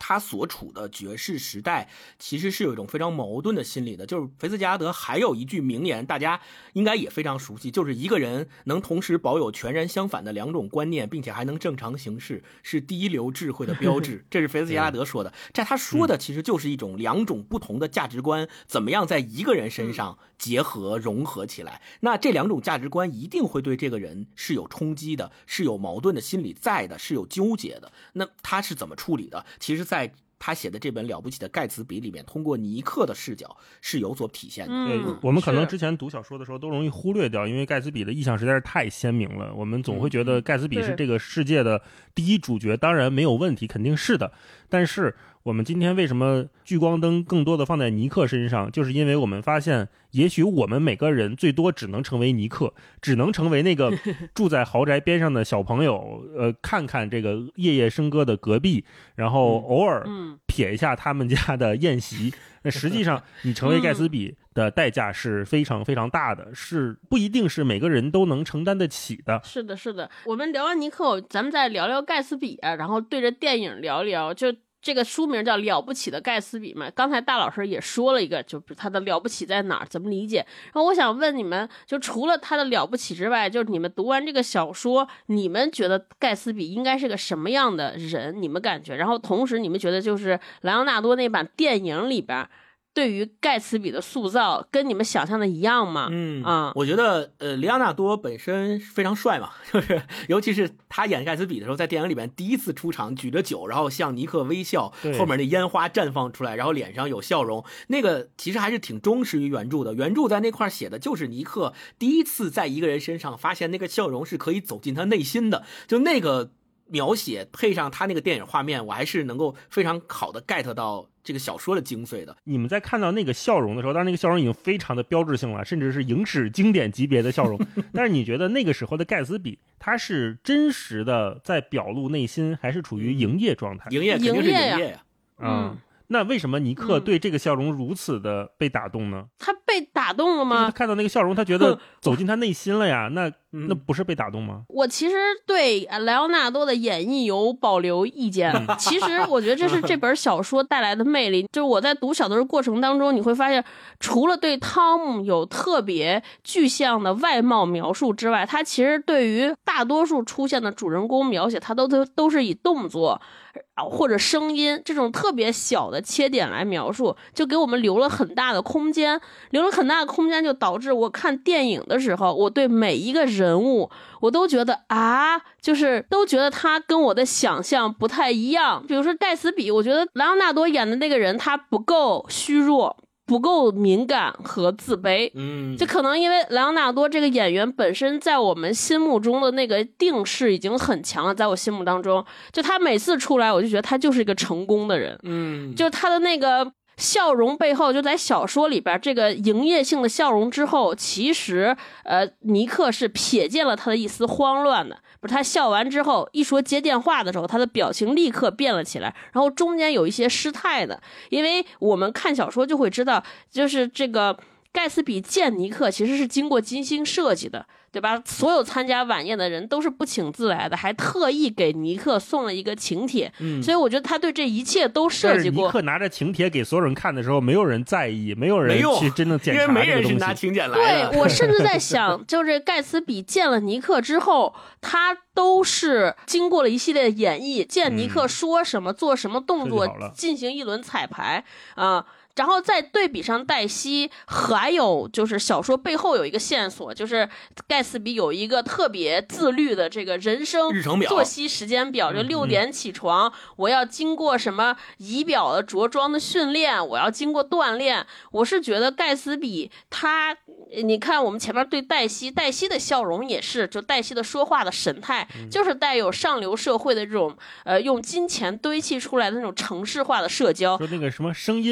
他所处的爵士时代其实是有一种非常矛盾的心理的。就是菲茨杰拉德还有一句名言，大家应该也非常熟悉，就是一个人能同时保有全然相反的两种观念，并且还能正常行事，是第一流智慧的标志。这是菲茨杰拉德说的。这他说的其实就是一种两种不同的价值观怎么样在一个人身上结合融合起来。那这两种价值观一定会对这个人是有冲击的，是有矛盾的心理在的，是有纠结的。那他是怎么处理的？其实在他写的这本了不起的盖茨比里面，通过尼克的视角是有所体现的。 对，我们可能之前读小说的时候都容易忽略掉，因为盖茨比的意象实在是太鲜明了，我们总会觉得盖茨比是这个世界的第一主角，当然没有问题，肯定是的。但是我们今天为什么聚光灯更多的放在尼克身上，就是因为我们发现也许我们每个人最多只能成为尼克，只能成为那个住在豪宅边上的小朋友，看看这个夜夜笙歌的隔壁，然后偶尔瞥一下他们家的宴席。那实际上你成为盖茨比的代价是非常非常大的，是不一定是每个人都能承担得起的。 是的，是的。我们聊完尼克，咱们再聊聊盖茨比啊，然后对着电影聊聊。就这个书名叫《了不起的盖茨比》嘛，刚才大老师也说了一个，就是他的了不起在哪儿，怎么理解。然后我想问你们，就除了他的了不起之外，就是你们读完这个小说，你们觉得盖茨比应该是个什么样的人？你们感觉？然后同时你们觉得就是莱昂纳多那版电影里边对于盖茨比的塑造跟你们想象的一样吗？ 我觉得莱昂纳多本身非常帅嘛，就是尤其是他演盖茨比的时候，在电影里面第一次出场举着酒，然后向尼克微笑，后面那烟花绽放出来，然后脸上有笑容，那个其实还是挺忠实于原著的。原著在那块写的就是尼克第一次在一个人身上发现那个笑容是可以走进他内心的，就那个描写配上他那个电影画面，我还是能够非常好的 get 到这个小说的精髓的。 你们在看到那个笑容的时候，当然那个笑容已经非常的标志性了，甚至是影史经典级别的笑容。但是你觉得那个时候的盖茨比，他是真实的在表露内心，还是处于营业状态？ 营业肯定是营业呀。 那为什么尼克对这个笑容如此的被打动呢？ 他被打动了吗？ 他看到那个笑容，他觉得走进他内心了呀。那不是被打动吗？ 我其实对莱昂纳多的演绎有保留意见。其实我觉得这是这本小说带来的魅力。就是我在读小说的过程当中，你会发现，除了对汤姆有特别具象的外貌描述之外，他其实对于大多数出现的主人公描写，他都是以动作或者声音这种特别小的切点来描述，就给我们留了很大的空间。留了很大的空间，就导致我看电影的时候，我对每一个人物我都觉得就是都觉得他跟我的想象不太一样。比如说盖茨比，我觉得莱昂纳多演的那个人他不够虚弱，不够敏感和自卑。就可能因为莱昂纳多这个演员本身在我们心目中的那个定势已经很强了，在我心目当中，就他每次出来我就觉得他就是一个成功的人。就他的那个笑容背后，就在小说里边这个营业性的笑容之后，其实尼克是瞥见了他的一丝慌乱的。不是，他笑完之后一说接电话的时候，他的表情立刻变了起来，然后中间有一些失态的。因为我们看小说就会知道，就是这个盖茨比见尼克其实是经过精心设计的，对吧？所有参加晚宴的人都是不请自来的，还特意给尼克送了一个请帖。所以我觉得他对这一切都设计过。 尼克拿着请帖给所有人看的时候，没有人在意，没有人去真正检查这个东西， 因为没人是拿请柬来的。对，我甚至在想，就是盖茨比见了尼克之后，他都是经过了一系列的演绎，见尼克说什么、做什么动作，进行一轮彩排然后再对比上黛西，还有就是小说背后有一个线索，就是盖茨比有一个特别自律的这个人生日程表、 作息时间表，就6点起床，我要经过什么仪表的着装的训练，我要经过锻炼。我是觉得盖茨比他，你看我们前面对黛西的笑容也是，就黛西的说话的神态，就是带有上流社会的这种用金钱堆砌出来的那种城市化的社交， 说那个什么声音都泛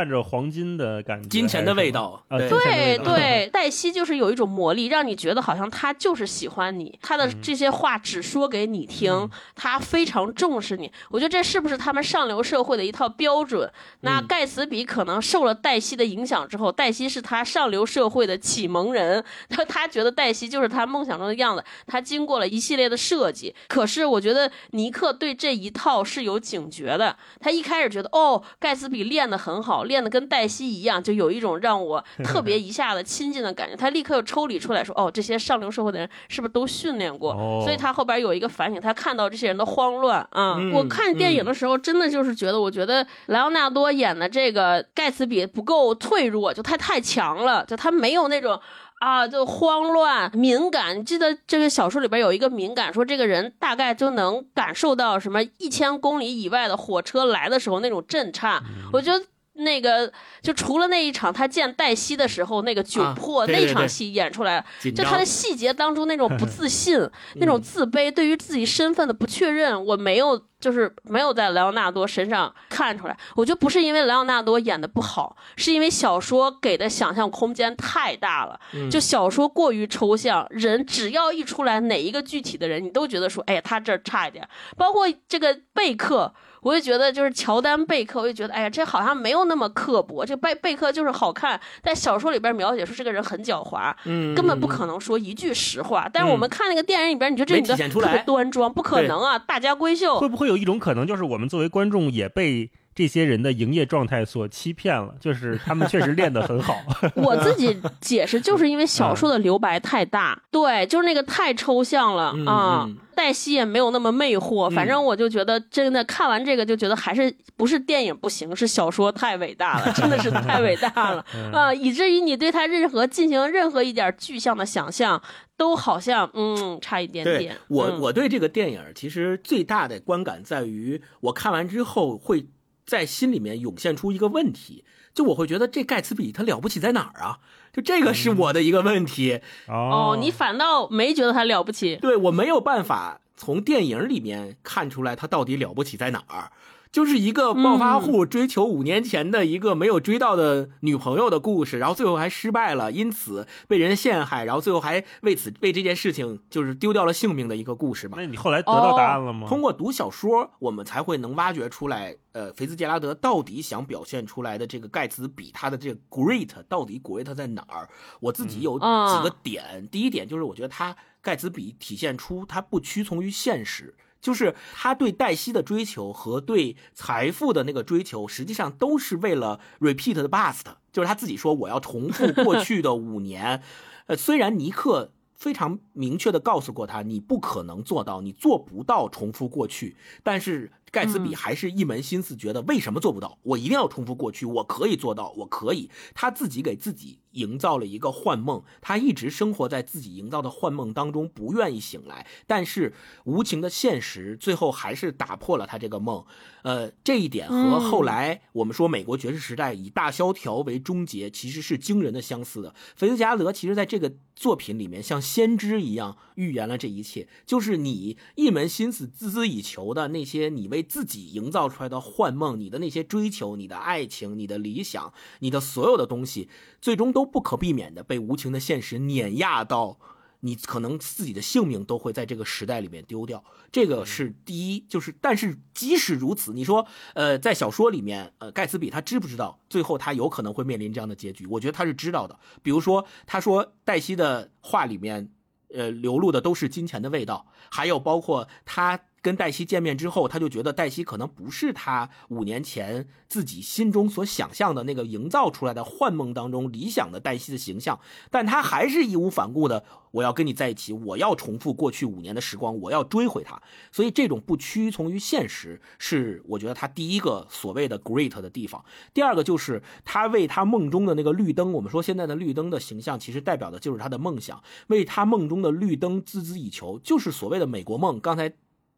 泛着黄金的感觉， 金钱的味道。 对对，黛西就是有一种魔力，让你觉得好像他就是喜欢你，他的这些话只说给你听，他非常重视你。我觉得这是不是他们上流社会的一套标准？那盖茨比可能受了黛西的影响之后，黛西是他上流社会的启蒙人，他觉得黛西就是他梦想中的样子，他经过了一系列的设计。可是我觉得尼克对这一套是有警觉的，他一开始觉得盖茨比练得很好，练得跟黛西一样，就有一种让我特别一下子亲近的感觉。他立刻又抽离出来说，这些上流社会的人是不是都训练过？所以他后边有一个反省，他看到这些人的慌乱啊。我看电影的时候真的就是觉得，我觉得莱昂纳多演的这个盖茨比不够退弱，就他太强了，就他没有那种就慌乱敏感。你记得这个小说里边有一个敏感，说这个人大概就能感受到什么1000公里以外的火车来的时候那种震颤。我觉得那个就除了那一场他见黛西的时候那个窘迫，那场戏演出来，就他的细节当中那种不自信那种自卑，对于自己身份的不确认，我没有在莱昂纳多身上看出来。我觉得不是因为莱昂纳多演的不好，是因为小说给的想象空间太大了，就小说过于抽象，人只要一出来哪一个具体的人，你都觉得说他这儿差一点。包括这个贝克，我就觉得就是乔丹贝克，我就觉得这好像没有那么刻薄，这贝克就是好看，但小说里边描写说这个人很狡猾，根本不可能说一句实话。但是我们看那个电影里边，你觉得这女的特别端庄，不可能啊，大家闺秀。 会不会有一种可能，就是我们作为观众也被这些人的营业状态所欺骗了，就是他们确实练得很好。 我自己解释就是因为小说的留白太大，对，就是那个太抽象了黛西也没有那么魅惑，反正我就觉得真的看完这个就觉得还是不是电影不行，是小说太伟大了，真的是太伟大了以至于你对他进行任何一点具象的想象都好像差一点点。 我对这个电影其实最大的观感在于，我看完之后会在心里面涌现出一个问题，就我会觉得这盖茨比他了不起在哪儿啊？就这个是我的一个问题。 你反倒没觉得他了不起？ 对，我没有办法从电影里面看出来他到底了不起在哪儿。就是一个暴发户追求5年前的一个没有追到的女朋友的故事，然后最后还失败了，因此被人陷害，然后最后还为这件事情就是丢掉了性命的一个故事嘛。 那你后来得到答案了吗？ 通过读小说，我们才会能挖掘出来，菲茨杰拉德到底想表现出来的这个盖茨比他的这个 great 到底 great 在哪儿？我自己有几个点，第一点就是我觉得他盖茨比体现出他不屈从于现实。就是他对黛西的追求和对财富的那个追求，实际上都是为了 repeat the past， 就是他自己说我要重复过去的5年。虽然尼克非常明确的告诉过他，你不可能做到，你做不到重复过去，但是盖茨比还是一门心思觉得为什么做不到，我一定要重复过去，我可以做到，我可以。他自己给自己营造了一个幻梦，他一直生活在自己营造的幻梦当中，不愿意醒来，但是无情的现实最后还是打破了他这个梦。这一点和后来我们说美国爵士时代以大萧条为终结其实是惊人的相似的。菲茨杰拉德其实在这个作品里面像先知一样预言了这一切，就是你一门心思孜孜以求的那些你为自己营造出来的幻梦，你的那些追求，你的爱情，你的理想，你的所有的东西，最终都不可避免的被无情的现实碾压到你可能自己的性命都会在这个时代里面丢掉。这个是第一，就是但是即使如此，你说在小说里面盖茨比他知不知道最后他有可能会面临这样的结局？我觉得他是知道的。比如说他说黛西的话里面流露的都是金钱的味道，还有包括他跟黛西见面之后，他就觉得黛西可能不是他5年前自己心中所想象的那个营造出来的幻梦当中理想的黛西的形象，但他还是义无反顾的我要跟你在一起，我要重复过去5年的时光，我要追回他。所以这种不屈从于现实是我觉得他第一个所谓的 great 的地方。第二个就是他为他梦中的那个绿灯，我们说现在的绿灯的形象其实代表的就是他的梦想，为他梦中的绿灯孜孜以求，就是所谓的美国梦。刚才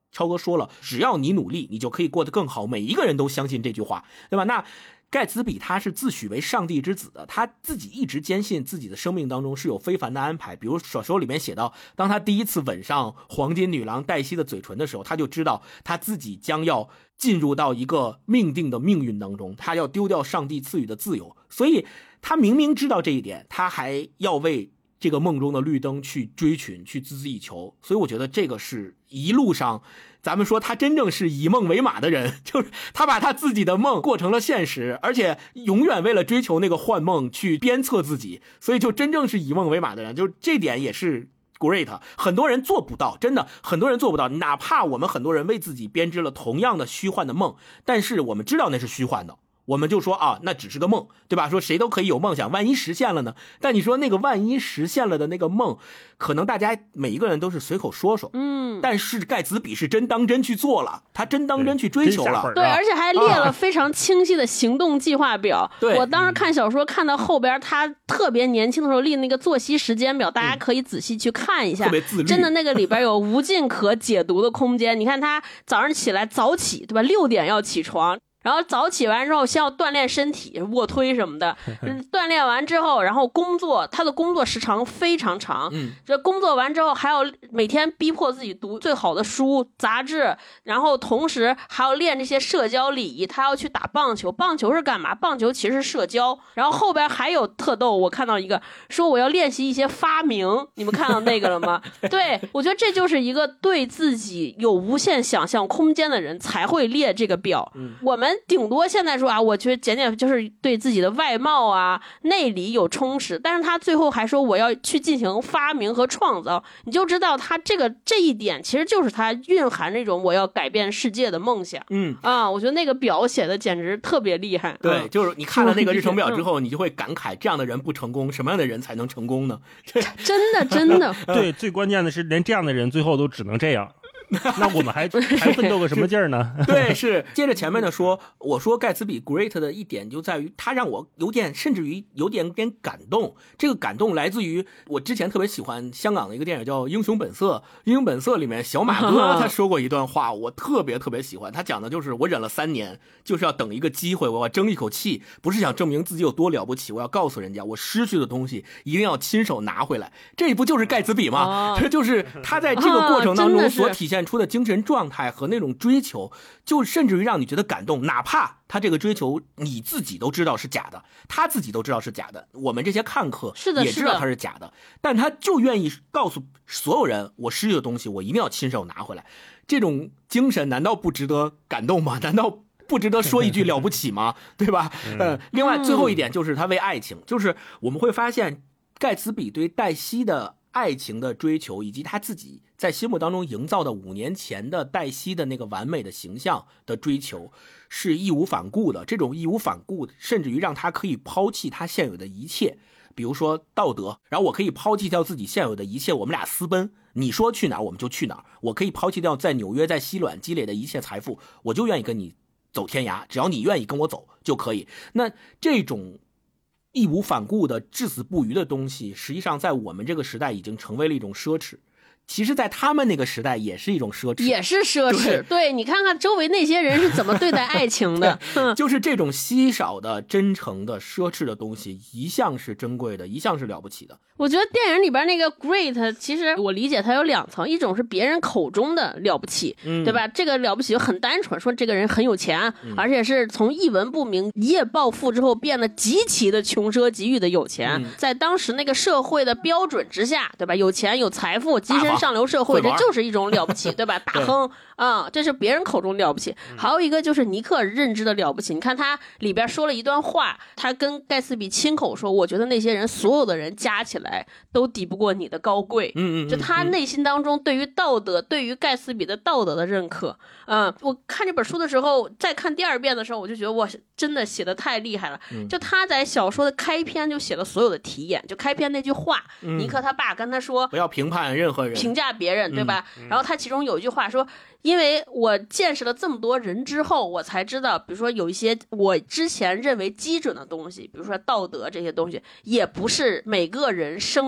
超哥说了，只要你努力，你就可以过得更好，每一个人都相信这句话，对吧？那盖茨比他是自诩为上帝之子的，他自己一直坚信自己的生命当中是有非凡的安排。比如小说里面写到，当他第一次吻上黄金女郎黛西的嘴唇的时候，他就知道他自己将要进入到一个命定的命运当中，他要丢掉上帝赐予的自由。所以他明明知道这一点，他还要为这个梦中的绿灯去追寻，去孜孜以求。所以我觉得这个是一路上咱们说他真正是以梦为马的人，就是他把他自己的梦过成了现实，而且永远为了追求那个幻梦去鞭策自己，所以就真正是以梦为马的人，就这点也是 great。 很多人做不到，真的很多人做不到，哪怕我们很多人为自己编织了同样的虚幻的梦，但是我们知道那是虚幻的，我们就说啊，那只是个梦，对吧？说谁都可以有梦想，万一实现了呢？但你说那个万一实现了的那个梦，可能大家每一个人都是随口说说，但是盖茨比是真当真去做了，他真当真去追求了， 对，而且还列了非常清晰的行动计划表。 对， 我当时看小说看到后边，他特别年轻的时候立那个作息时间表，大家可以仔细去看一下， 特别自律， 真的那个里边有无尽可解读的空间。你看他早上起来早起，对吧？6点要起床。然后早起完之后先要锻炼身体，卧推什么的，锻炼完之后然后工作，他的工作时长非常长，这工作完之后还要每天逼迫自己读最好的书杂志，然后同时还要练这些社交礼仪，他要去打棒球，棒球是干嘛？棒球其实是社交。然后后边还有特逗，我看到一个说我要练习一些发明，你们看到那个了吗？对，我觉得这就是一个对自己有无限想象空间的人才会列这个表。我们顶多现在说啊，我觉得简简就是对自己的外貌啊内里有充实，但是他最后还说我要去进行发明和创造，你就知道他这一点其实就是他蕴含这种我要改变世界的梦想。我觉得那个表写的简直特别厉害。 对，就是你看了那个日程表之后，你就会感慨这样的人不成功，什么样的人才能成功呢？ 真的对，最关键的是连这样的人最后都只能这样。那我们还奋斗个什么劲儿呢？ 对，是接着前面的说，我说盖茨比 great 的一点就在于他让我甚至于有点感动。这个感动来自于我之前特别喜欢香港的一个电影叫《英雄本色》，《英雄本色》里面小马哥他说过一段话，我特别喜欢。他讲的就是我忍了3年，就是要等一个机会，我要争一口气，不是想证明自己有多了不起，我要告诉人家我失去的东西一定要亲手拿回来。这不就是盖茨比吗？这就是他在这个过程当中所体现出的精神状态和那种追求，就甚至于让你觉得感动。哪怕他这个追求你自己都知道是假的，他自己都知道是假的，我们这些看客也知道他是假的，但他就愿意告诉所有人，我失去的东西我一定要亲手拿回来。这种精神难道不值得感动吗？难道不值得说一句了不起吗？对吧？另外最后一点就是他为爱情，就是我们会发现盖茨比对黛西的爱情的追求，以及他自己在心目当中营造的5年前的黛西的那个完美的形象的追求，是义无反顾的。这种义无反顾甚至于让他可以抛弃他现有的一切，比如说道德，然后我可以抛弃掉自己现有的一切，我们俩私奔，你说去哪儿我们就去哪儿，我可以抛弃掉在纽约在西软积累的一切财富，我就愿意跟你走天涯，只要你愿意跟我走就可以。那这种义无反顾的至死不渝的东西，实际上在我们这个时代已经成为了一种奢侈，其实在他们那个时代也是一种奢侈， 也是奢侈。 对，你看看周围那些人是怎么对待爱情的就是这种稀少的真诚的奢侈的东西一向是珍贵的，一向是了不起的。 我觉得电影里边那个 great， 其实我理解它有2层，一种是别人口中的了不起，对吧？这个了不起就很单纯，说这个人很有钱，而且是从一文不名一夜暴富之后变得极其的穷奢极欲的有钱，在当时那个社会的标准之下，对吧？有钱有财富，跻身上流社会，这就是一种了不起，对吧？大亨啊，这是别人口中了不起。还有一个就是尼克认知的了不起，你看他里边说了一段话，他跟盖茨比亲口说，我觉得那些人所有的人加起来都抵不过你的高贵。就他内心当中对于道德，对于盖茨比的道德的认可。我看这本书的时候，再看第2遍的时候，我就觉得哇，真的写得太厉害了。就他在小说的开篇就写了所有的题眼，就开篇那句话，尼克他爸跟他说不要评判任何人， 评价别人，对吧？然后他其中有一句话说，因为我见识了这么多人之后，我才知道，比如说有一些我之前认为基准的东西，比如说道德这些东西，也不是每个人生来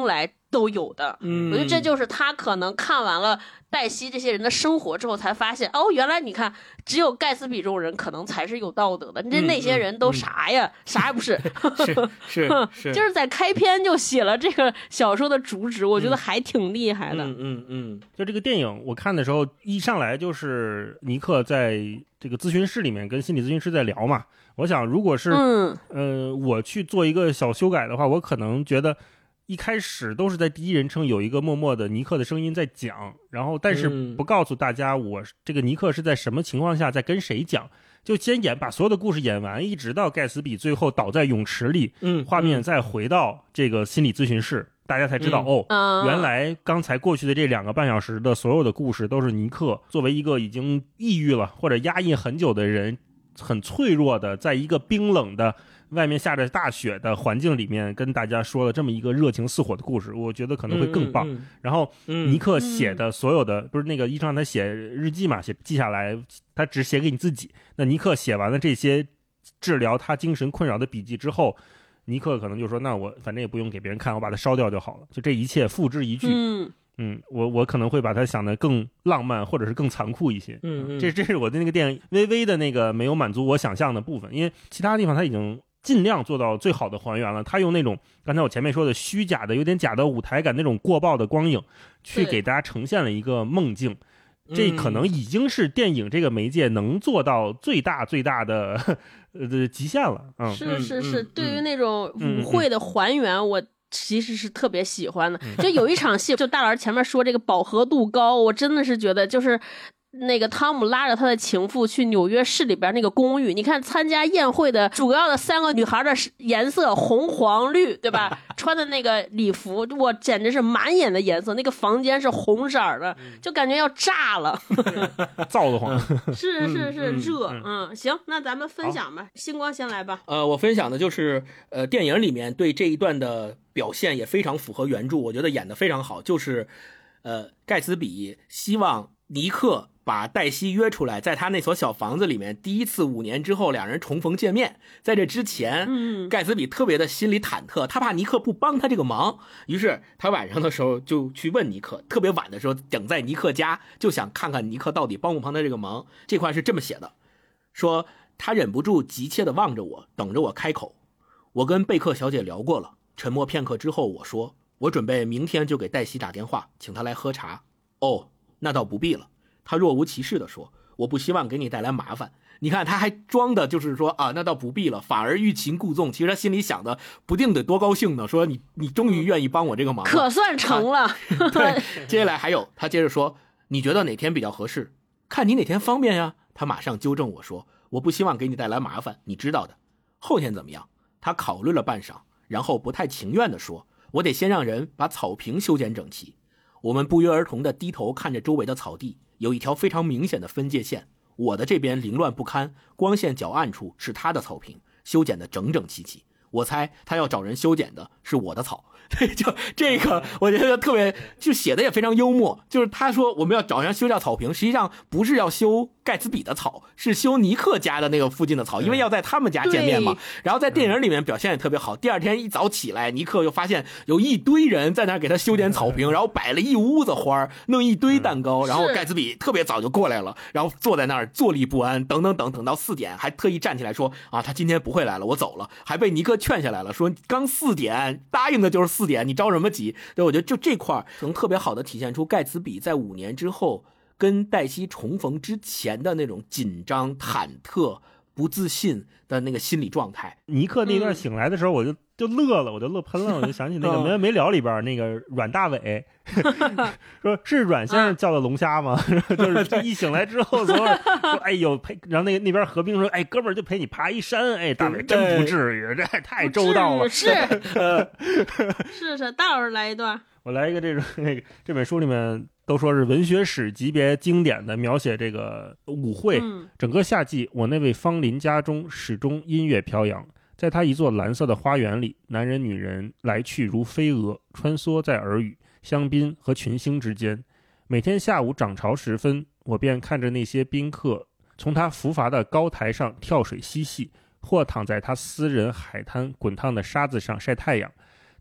都有的。我觉得这就是他可能看完了黛西这些人的生活之后才发现，哦，原来你看只有盖茨比这种人可能才是有道德的，那些人都啥呀，啥也不是。 是就是在开篇就写了这个小说的主旨，我觉得还挺厉害的。 就这个电影我看的时候，一上来就是尼克在这个咨询室里面跟心理咨询师在聊嘛。我想如果是我去做一个小修改的话，我可能觉得一开始都是在第一人称有一个默默的尼克的声音在讲，然后但是不告诉大家我这个尼克是在什么情况下在跟谁讲，就先把所有的故事演完，一直到盖茨比最后倒在泳池里，画面再回到这个心理咨询室，大家才知道原来刚才过去的这2个半小时的所有的故事都是尼克作为一个已经抑郁了或者压抑很久的人，很脆弱的在一个冰冷的外面下着大雪的环境里面跟大家说了这么一个热情似火的故事，我觉得可能会更棒。然后尼克写的所有的不是那个医生让他写日记嘛，记下来，他只写给你自己。那尼克写完了这些治疗他精神困扰的笔记之后，尼克可能就说那我反正也不用给别人看，我把它烧掉就好了，就这一切付之一炬。我可能会把它想得更浪漫或者是更残酷一些。这是我对那个电影微微的那个没有满足我想象的部分，因为其他地方他已经尽量做到最好的还原了，他用那种刚才我前面说的虚假的有点假的舞台感那种过曝的光影去给大家呈现了一个梦境，这可能已经是电影这个媒介能做到最大的极限了。 是，对于那种舞会的还原，我其实是特别喜欢的。就有一场戏，就大老师前面说这个饱和度高，我真的是觉得就是那个汤姆拉着他的情妇去纽约市里边那个公寓，你看参加宴会的主要的3个女孩的颜色红黄绿，对吧？穿的那个礼服，我简直是满眼的颜色，那个房间是红色的，就感觉要炸了。 燥得慌。 是热。行，那咱们分享吧。星光先来吧。 我分享的就是电影里面对这一段的表现也非常符合原著，我觉得演得非常好，就是盖茨比希望尼克把黛西约出来，在他那所小房子里面，第一次5年之后两人重逢见面。在这之前，盖茨比特别的心里忐忑，他怕尼克不帮他这个忙，于是他晚上的时候就去问尼克，特别晚的时候等在尼克家，就想看看尼克到底帮不帮他这个忙。这块是这么写的，说他忍不住急切地望着我，等着我开口。我跟贝克小姐聊过了，沉默片刻之后我说，我准备明天就给黛西打电话，请她来喝茶。哦，那倒不必了，他若无其事地说，我不希望给你带来麻烦。你看他还装的就是说啊，那倒不必了，反而欲擒故纵，其实他心里想的不定得多高兴呢，说你终于愿意帮我这个忙了， 可算成了。 对，接下来还有他接着说，你觉得哪天比较合适？看你哪天方便呀。他马上纠正我说，我不希望给你带来麻烦，你知道的。后天怎么样？他考虑了半晌，然后不太情愿地说，我得先让人把草坪修剪整齐。我们不约而同地低头看着周围的草地，有一条非常明显的分界线，我的这边凌乱不堪，光线较暗处是他的草坪，修剪得整整齐齐。我猜他要找人修剪的是我的草。就这个我觉得特别，就写的也非常幽默，就是他说我们要找人修掉草坪，实际上不是要修盖茨比的草，是修尼克家的那个附近的草，因为要在他们家见面嘛。然后在电影里面表现也特别好，第二天一早起来，尼克又发现有一堆人在那儿给他修剪草坪，然后摆了一屋子花，弄一堆蛋糕，然后盖茨比特别早就过来了，然后坐在那儿坐立不安，等到4点还特意站起来说啊，他今天不会来了，我走了，还被尼克劝下来了，说刚4点答应的就是4点，你着什么急？对，我觉得就这块能特别好的体现出盖茨比在5年之后跟黛西重逢之前的那种紧张、忐忑、不自信的那个心理状态。 尼克那段醒来的时候，我就乐了，我就乐喷了，我就想起那个没聊里边那个阮大伟，说是阮先生叫的龙虾吗？就是一醒来之后，所有人说哎呦陪，然后那边何冰说哎哥们儿就陪你爬一山，哎大伟真不至于，这太周到了。 是大老师来一段， 我来一个这种这本书里面都说是文学史级别经典的描写这个舞会。整个夏季，我那位芳邻家中始终音乐飘扬。在他一座蓝色的花园里，男人女人来去如飞蛾，穿梭在耳语、香槟和群星之间。每天下午涨潮时分，我便看着那些宾客从他浮华的高台上跳水嬉戏，或躺在他私人海滩滚烫的沙子上晒太阳。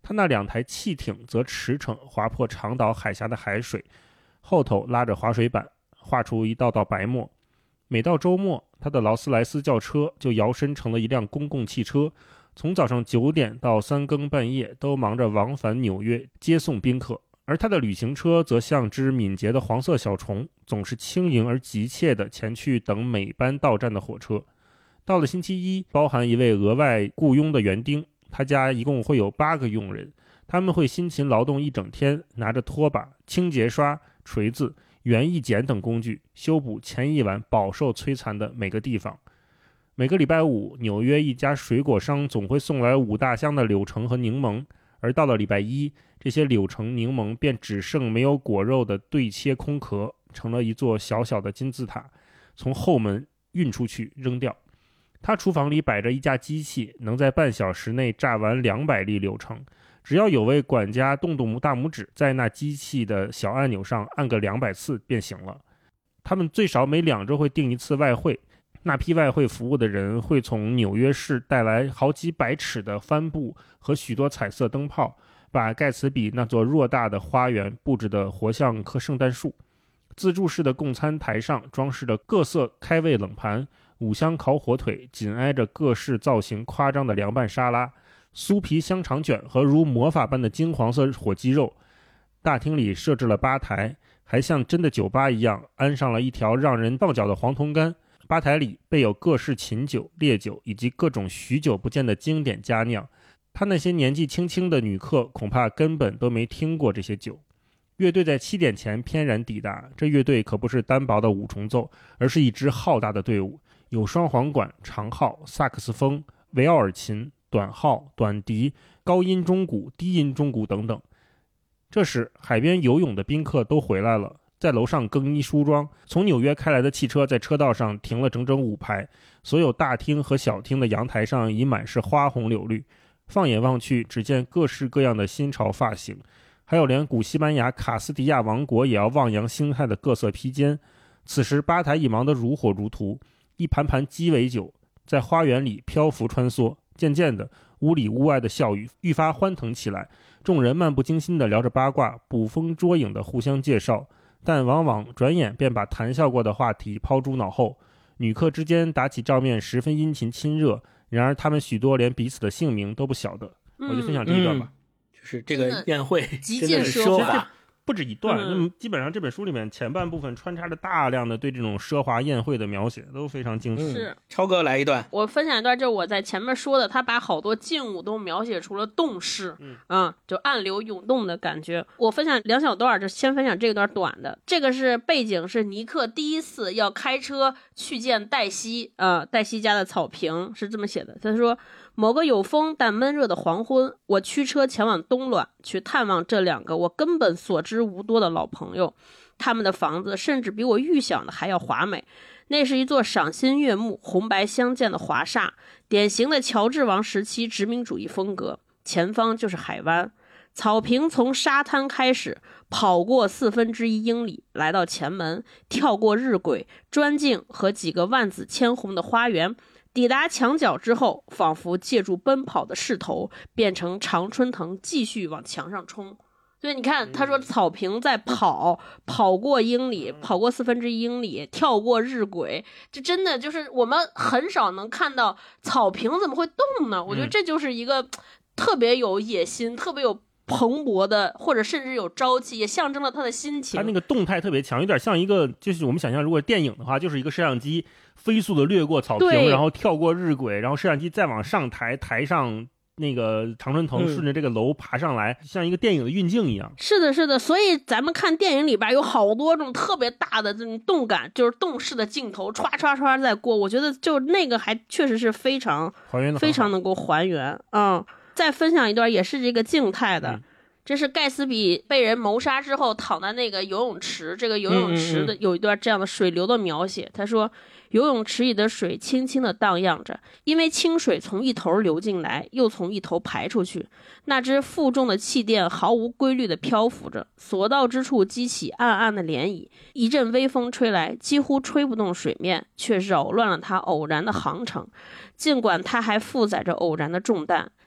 他那2台汽艇则驰骋划破长岛海峡的海水，后头拉着滑水板，画出一道道白沫。每到周末，他的劳斯莱斯轿车就摇身成了一辆公共汽车，从早上9点到3更半夜都忙着往返纽约接送宾客。而他的旅行车则像只敏捷的黄色小虫，总是轻盈而急切地前去等每班到站的火车。到了星期一，包含一位额外雇佣的园丁，他家一共会有8个佣人，他们会辛勤劳动一整天，拿着拖把、清洁刷、锤子、园艺剪等工具，修补前一晚饱受摧残的每个地方。每个礼拜五，纽约一家水果商总会送来5大箱的柳橙和柠檬，而到了礼拜一，这些柳橙柠檬便只剩没有果肉的对切空壳，成了一座小小的金字塔，从后门运出去扔掉。他厨房里摆着一架机器，能在半小时内榨完200粒柳橙，只要有位管家动动大拇指，在那机器的小按钮上按个200次便行了。他们最少每2周会订一次外汇，那批外汇服务的人会从纽约市带来好几百尺的帆布和许多彩色灯泡，把盖茨比那座偌大的花园布置得活像棵圣诞树。自助式的供餐台上装饰着各色开胃冷盘，5香烤火腿紧挨着各式造型夸张的凉拌沙拉，酥皮香肠卷和如魔法般的金黄色火鸡肉。大厅里设置了吧台，还像真的酒吧一样安上了一条让人放脚的黄铜杆。吧台里备有各式琴酒、烈酒以及各种许久不见的经典佳酿。他那些年纪轻轻的女客恐怕根本都没听过这些酒。乐队在7点前翩然抵达，这乐队可不是单薄的5重奏，而是一支浩大的队伍，有双簧管、长号、萨克斯风、维奥尔琴、短号、短笛、高音中鼓、低音中鼓等等。这时海边游泳的宾客都回来了，在楼上更衣梳妆。从纽约开来的汽车在车道上停了整整5排，所有大厅和小厅的阳台上已满是花红柳绿，放眼望去，只见各式各样的新潮发型，还有连古西班牙卡斯蒂亚王国也要望洋兴叹的各色披肩。此时吧台已忙得如火如荼，一盘盘鸡尾酒在花园里漂浮穿梭。渐渐的，屋里屋外的笑语愈发欢腾起来，众人漫不经心地聊着八卦，捕风捉影地互相介绍，但往往转眼便把谈笑过的话题抛诸脑后。女客之间打起照面十分殷勤亲热，然而他们许多连彼此的姓名都不晓得。我就分享这一段吧。 就是这个宴会极尽奢华， 不止一段。那么基本上这本书里面前半部分穿插着大量的对这种奢华宴会的描写，都非常精致。 是， 超哥来一段。 我分享一段，就是我在前面说的，他把好多静物都描写出了动势，就暗流涌动的感觉。我分享2小段，就先分享这段短的。这个是背景，是尼克第一次要开车去见黛西，黛西家的草坪是这么写的。他说，某个有风但闷热的黄昏，我驱车前往东卵，去探望这2个我根本所知无多的老朋友。他们的房子甚至比我预想的还要华美。那是一座赏心悦目、红白相间的华厦，典型的乔治王时期殖民主义风格。前方就是海湾，草坪从沙滩开始，跑过1/4英里，来到前门，跳过日晷、砖镜和几个万紫千红的花园。抵达墙角之后，仿佛借助奔跑的势头，变成常春藤继续往墙上冲。所以你看，他说草坪在跑过英里，跑过1/4英里，跳过日晷，这真的就是我们很少能看到草坪怎么会动呢？我觉得这就是一个特别有野心、特别有蓬勃的，或者甚至有朝气，也象征了他的心情。 他那个动态特别强，有点像一个，就是我们想象如果电影的话，就是一个摄像机飞速的掠过草坪，然后跳过日晷，然后摄像机再往上抬，台上那个常春藤顺着这个楼爬上来，像一个电影的运镜一样。 是的，是的。所以咱们看电影里边有好多种特别大的这种动感，就是动视的镜头唰唰唰在过，我觉得就那个还确实是非常能够还原。再分享一段也是这个静态的，这是盖茨比被人谋杀之后躺在那个游泳池，这个游泳池的有一段这样的水流的描写。他说，游泳池里的水轻轻地荡漾着，因为清水从一头流进来，又从一头排出去。那只负重的气垫毫无规律地漂浮着，所到之处激起暗暗的涟漪。一阵微风吹来，几乎吹不动水面，却扰乱了它偶然的航程。尽管它还负载着偶然的重担，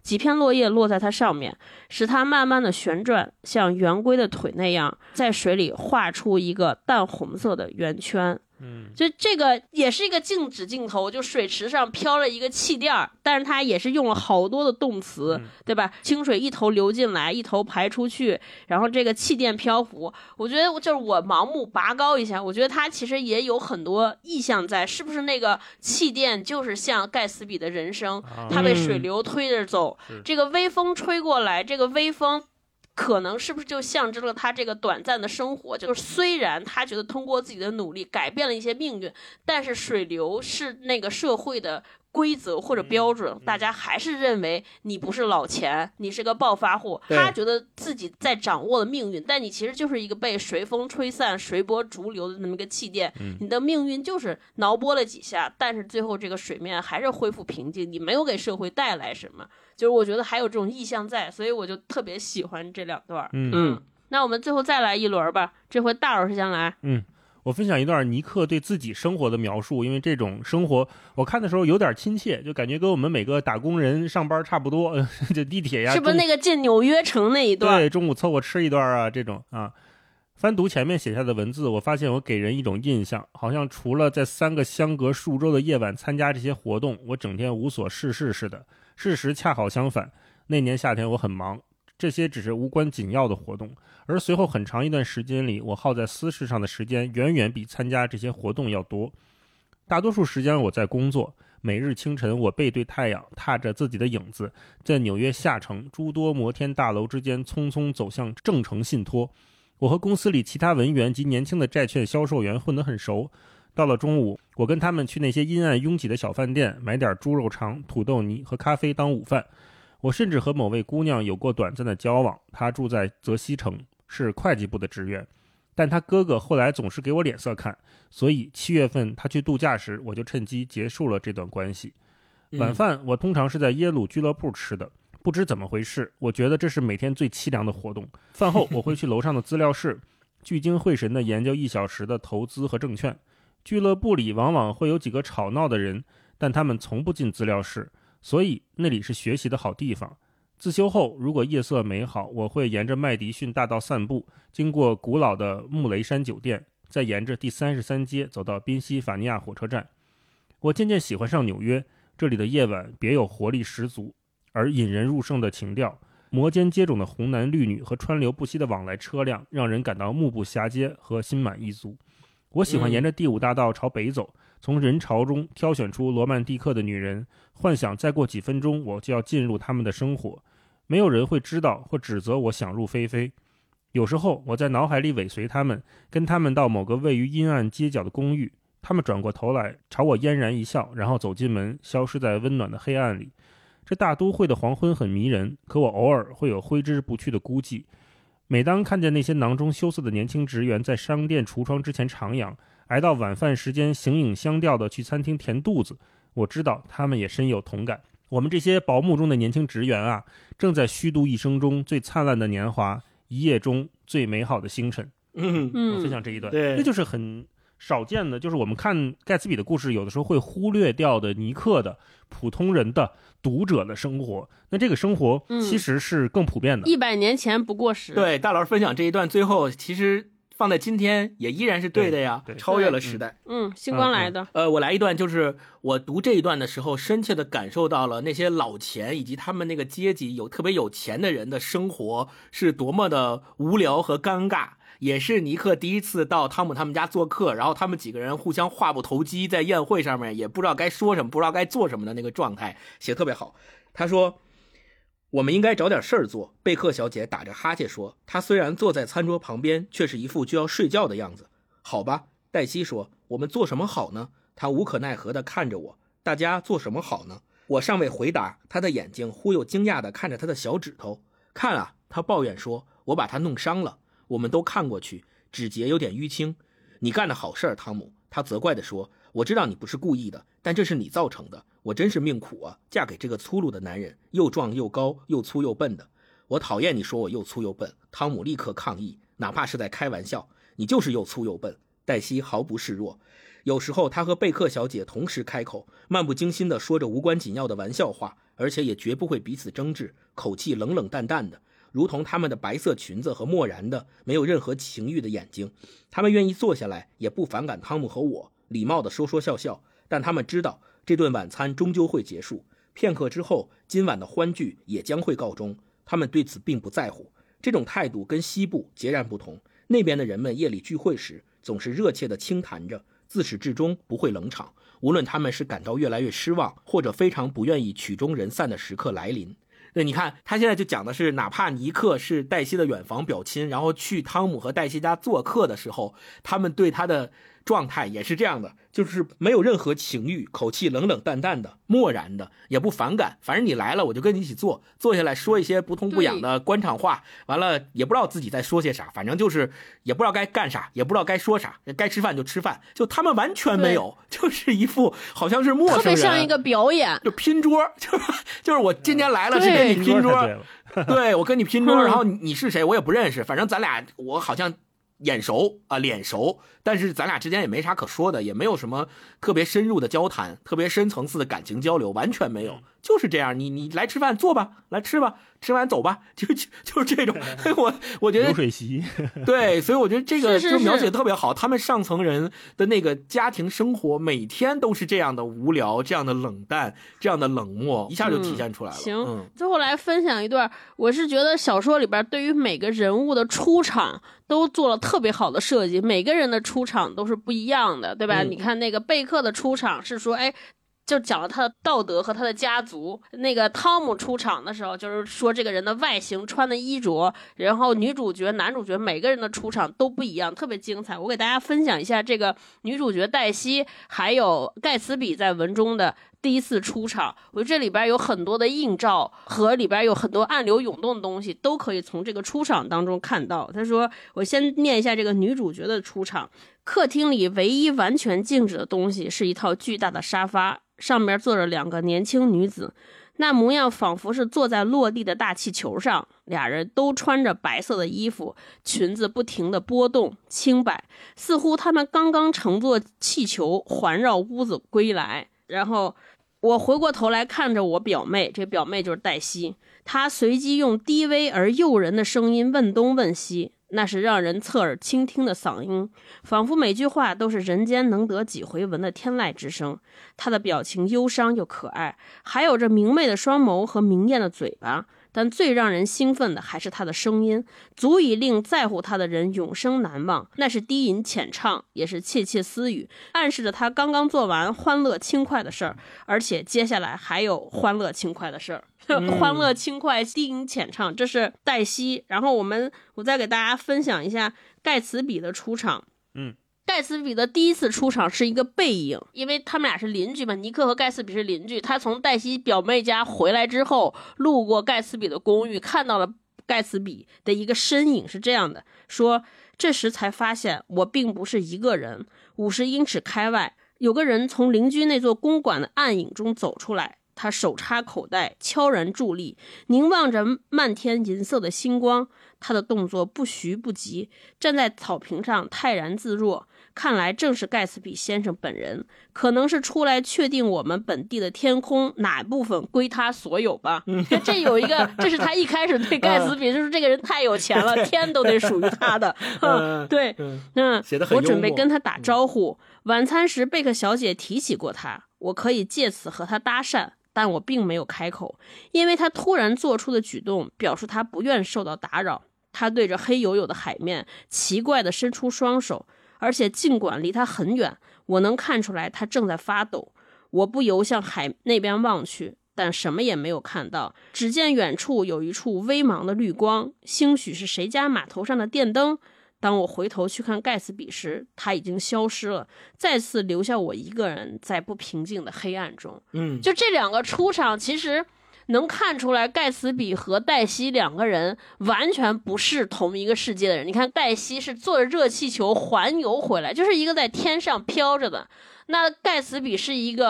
几片落叶落在它上面，使它慢慢的旋转，像圆规的腿那样在水里画出一个淡红色的圆圈。就这个也是一个静止镜头，就水池上飘了一个气垫，但是它也是用了好多的动词，对吧？清水一头流进来，一头排出去，然后这个气垫漂浮。我觉得就是我盲目拔高一下，我觉得它其实也有很多意象在，是不是那个气垫就是像盖茨比的人生，他被水流推着走，这个微风吹过来，这个微风可能是不是就象征了他这个短暂的生活，就是虽然他觉得通过自己的努力改变了一些命运，但是水流是那个社会的规则或者标准，大家还是认为你不是老钱，你是个暴发户，他觉得自己在掌握了命运，但你其实就是一个被随风吹散随波逐流的那么一个气垫，你的命运就是挠拨了几下，但是最后这个水面还是恢复平静，你没有给社会带来什么，就是我觉得还有这种意象在，所以我就特别喜欢这两段。那我们最后再来一轮吧，这回大老师先来。 我分享一段尼克对自己生活的描述，因为这种生活我看的时候有点亲切，就感觉跟我们每个打工人上班差不多，就地铁呀， 是不是那个进纽约城那一段？ 对，中午凑合吃一段啊，这种啊。翻读前面写下的文字，我发现我给人一种印象，好像除了在3个相隔数周的夜晚参加这些活动，我整天无所事事似的。事实恰好相反，那年夏天我很忙，这些只是无关紧要的活动，而随后很长一段时间里，我耗在私事上的时间远远比参加这些活动要多。大多数时间我在工作，每日清晨我背对太阳，踏着自己的影子，在纽约下城诸多摩天大楼之间匆匆走向正诚信托。我和公司里其他文员及年轻的债券销售员混得很熟，到了中午，我跟他们去那些阴暗拥挤的小饭店买点猪肉肠、土豆泥和咖啡当午饭。我甚至和某位姑娘有过短暂的交往，她住在泽西城，是会计部的职员，但她哥哥后来总是给我脸色看，所以7月份她去度假时，我就趁机结束了这段关系。晚饭我通常是在耶鲁俱乐部吃的，不知怎么回事，我觉得这是每天最凄凉的活动。饭后我会去楼上的资料室，聚精会神地研究1小时的投资和证券。俱乐部里往往会有几个吵闹的人，但他们从不进资料室，所以那里是学习的好地方。自修后，如果夜色美好，我会沿着麦迪逊大道散步，经过古老的穆雷山酒店，再沿着第33街走到宾夕法尼亚火车站。我渐渐喜欢上纽约，这里的夜晚别有活力十足，而引人入胜的情调，摩肩接踵的红男绿女和川流不息的往来车辆，让人感到目不暇接和心满意足。我喜欢沿着第5大道朝北走，从人潮中挑选出罗曼蒂克的女人，幻想再过几分钟我就要进入他们的生活，没有人会知道或指责我想入非非。有时候我在脑海里尾随他们，跟他们到某个位于阴暗街角的公寓，他们转过头来朝我嫣然一笑，然后走进门，消失在温暖的黑暗里。这大都会的黄昏很迷人，可我偶尔会有挥之不去的孤寂。每当看见那些囊中羞涩的年轻职员在商店橱窗之前徜徉，挨到晚饭时间形影相吊的去餐厅填肚子，我知道他们也深有同感。我们这些薄暮中的年轻职员啊，正在虚度一生中最灿烂的年华，一夜中最美好的星辰。我分享这一段，这就是很少见的，就是我们看盖茨比的故事，有的时候会忽略掉的尼克的普通人的读者的生活。那这个生活其实是更普遍的 ，100年前不过时。 对，大老师分享这一段，最后其实放在今天也依然是对的呀，超越了时代。 星光来的。 我来一段，就是我读这一段的时候，深切的感受到了那些老钱以及他们那个阶级特别有钱的人的生活是多么的无聊和尴尬。也是尼克第一次到汤姆他们家做客，然后他们几个人互相话不投机，在宴会上面也不知道该说什么，不知道该做什么的那个状态，写特别好。他说，我们应该找点事儿做。贝克小姐打着哈欠说，她虽然坐在餐桌旁边，却是一副就要睡觉的样子。好吧，黛西说，我们做什么好呢？她无可奈何地看着我，大家做什么好呢？我尚未回答，她的眼睛忽又惊讶地看着她的小指头。看啊，她抱怨说，我把它弄伤了。我们都看过去，指节有点淤青。你干的好事儿，汤姆，他责怪地说，我知道你不是故意的，但这是你造成的。我真是命苦啊，嫁给这个粗鲁的男人，又壮又高又粗又笨的。我讨厌你说我又粗又笨。汤姆立刻抗议，哪怕是在开玩笑，你就是又粗又笨。黛西毫不示弱。有时候他和贝克小姐同时开口，漫不经心地说着无关紧要的玩笑话， 而且也绝不会彼此争执，口气冷冷淡淡的，如同他们的白色裙子和漠然的没有任何情欲的眼睛。他们愿意坐下来，也不反感汤姆和我，礼貌地说说笑笑，但他们知道这顿晚餐终究会结束，片刻之后今晚的欢聚也将会告终。他们对此并不在乎，这种态度跟西部截然不同。那边的人们夜里聚会时总是热切地倾谈着，自始至终不会冷场，无论他们是感到越来越失望，或者非常不愿意曲终人散的时刻来临。对，你看他现在就讲的是，哪怕尼克是黛西的远房表亲，然后去汤姆和黛西家做客的时候，他们对他的状态也是这样的，就是没有任何情欲，口气冷冷淡淡的，漠然的，也不反感，反正你来了我就跟你一起坐下来说一些不痛不痒的官场话，完了也不知道自己在说些啥，反正就是也不知道该干啥，也不知道该说啥，该吃饭就吃饭，就他们完全没有，就是一副好像是陌生人，特别像一个表演， 就拼桌，就是我今天来了是跟你拼桌，对，我跟你拼桌，然后你是谁我也不认识，反正咱俩我好像眼熟啊，脸熟，但是咱俩之间也没啥可说的，也没有什么特别深入的交谈，特别深层次的感情交流，完全没有，就是这样。你来吃饭，坐吧，来吃吧，吃完走吧，就是这种。我觉得流水席， 对，所以我觉得这个就描写的特别好。他们上层人的那个家庭生活，每天都是这样的无聊，这样的冷淡，这样的冷漠，一下就体现出来了。 行，最后来分享一段，我是觉得小说里边对于每个人物的出场都做了特别好的设计，每个人的出场都是不一样的，对吧？你看那个贝克的出场是说，就讲了他的道德和他的家族。那个汤姆出场的时候，就是说这个人的外形、穿的衣着，然后女主角、男主角每个人的出场都不一样，特别精彩。我给大家分享一下这个女主角黛西还有盖茨比在文中的第一次出场，我觉得这里边有很多的映照和里边有很多暗流涌动的东西都可以从这个出场当中看到。他说，我先念一下这个女主角的出场。客厅里唯一完全静止的东西是一套巨大的沙发，上面坐着两个年轻女子，那模样仿佛是坐在落地的大气球上，俩人都穿着白色的衣服，裙子不停地波动轻摆，似乎他们刚刚乘坐气球环绕屋子归来。然后我回过头来看着我表妹，这表妹就是黛西，她随即用低微而诱人的声音问东问西，那是让人侧耳倾听的嗓音，仿佛每句话都是人间能得几回闻的天籁之声。他的表情忧伤又可爱，还有着明媚的双眸和明艳的嘴巴，但最让人兴奋的还是他的声音，足以令在乎他的人永生难忘。那是低吟浅唱，也是窃窃私语，暗示着他刚刚做完欢乐轻快的事儿，而且接下来还有欢乐轻快的事儿。欢乐轻快，低吟浅唱，这是黛西。然后我再给大家分享一下盖茨比的出场。盖茨比的第一次出场是一个背影，因为他们俩是邻居嘛，尼克和盖茨比是邻居。他从黛西表妹家回来之后，路过盖茨比的公寓，看到了盖茨比的一个身影，是这样的，说这时才发现我并不是一个人。50英尺开外，有个人从邻居那座公馆的暗影中走出来，他手插口袋，悄然伫立，凝望着漫天银色的星光。他的动作不徐不急，站在草坪上泰然自若，看来正是盖茨比先生本人，可能是出来确定我们本地的天空哪部分归他所有吧。这有一个，这是他一开始对盖茨比，就是这个人太有钱了，天都得属于他的。对，我准备跟他打招呼。晚餐时贝克小姐提起过他，我可以借此和他搭讪，但我并没有开口，因为他突然做出的举动表示他不愿受到打扰。他对着黑黝黝的海面奇怪地伸出双手，而且尽管离他很远，我能看出来他正在发抖。我不由向海那边望去，但什么也没有看到，只见远处有一处微茫的绿光，兴许是谁家码头上的电灯。当我回头去看盖茨比时，他已经消失了，再次留下我一个人在不平静的黑暗中。就这两个出场，其实能看出来盖茨比和黛西两个人完全不是同一个世界的人。你看黛西是坐着热气球环游回来，就是一个在天上飘着的，那盖茨比是一个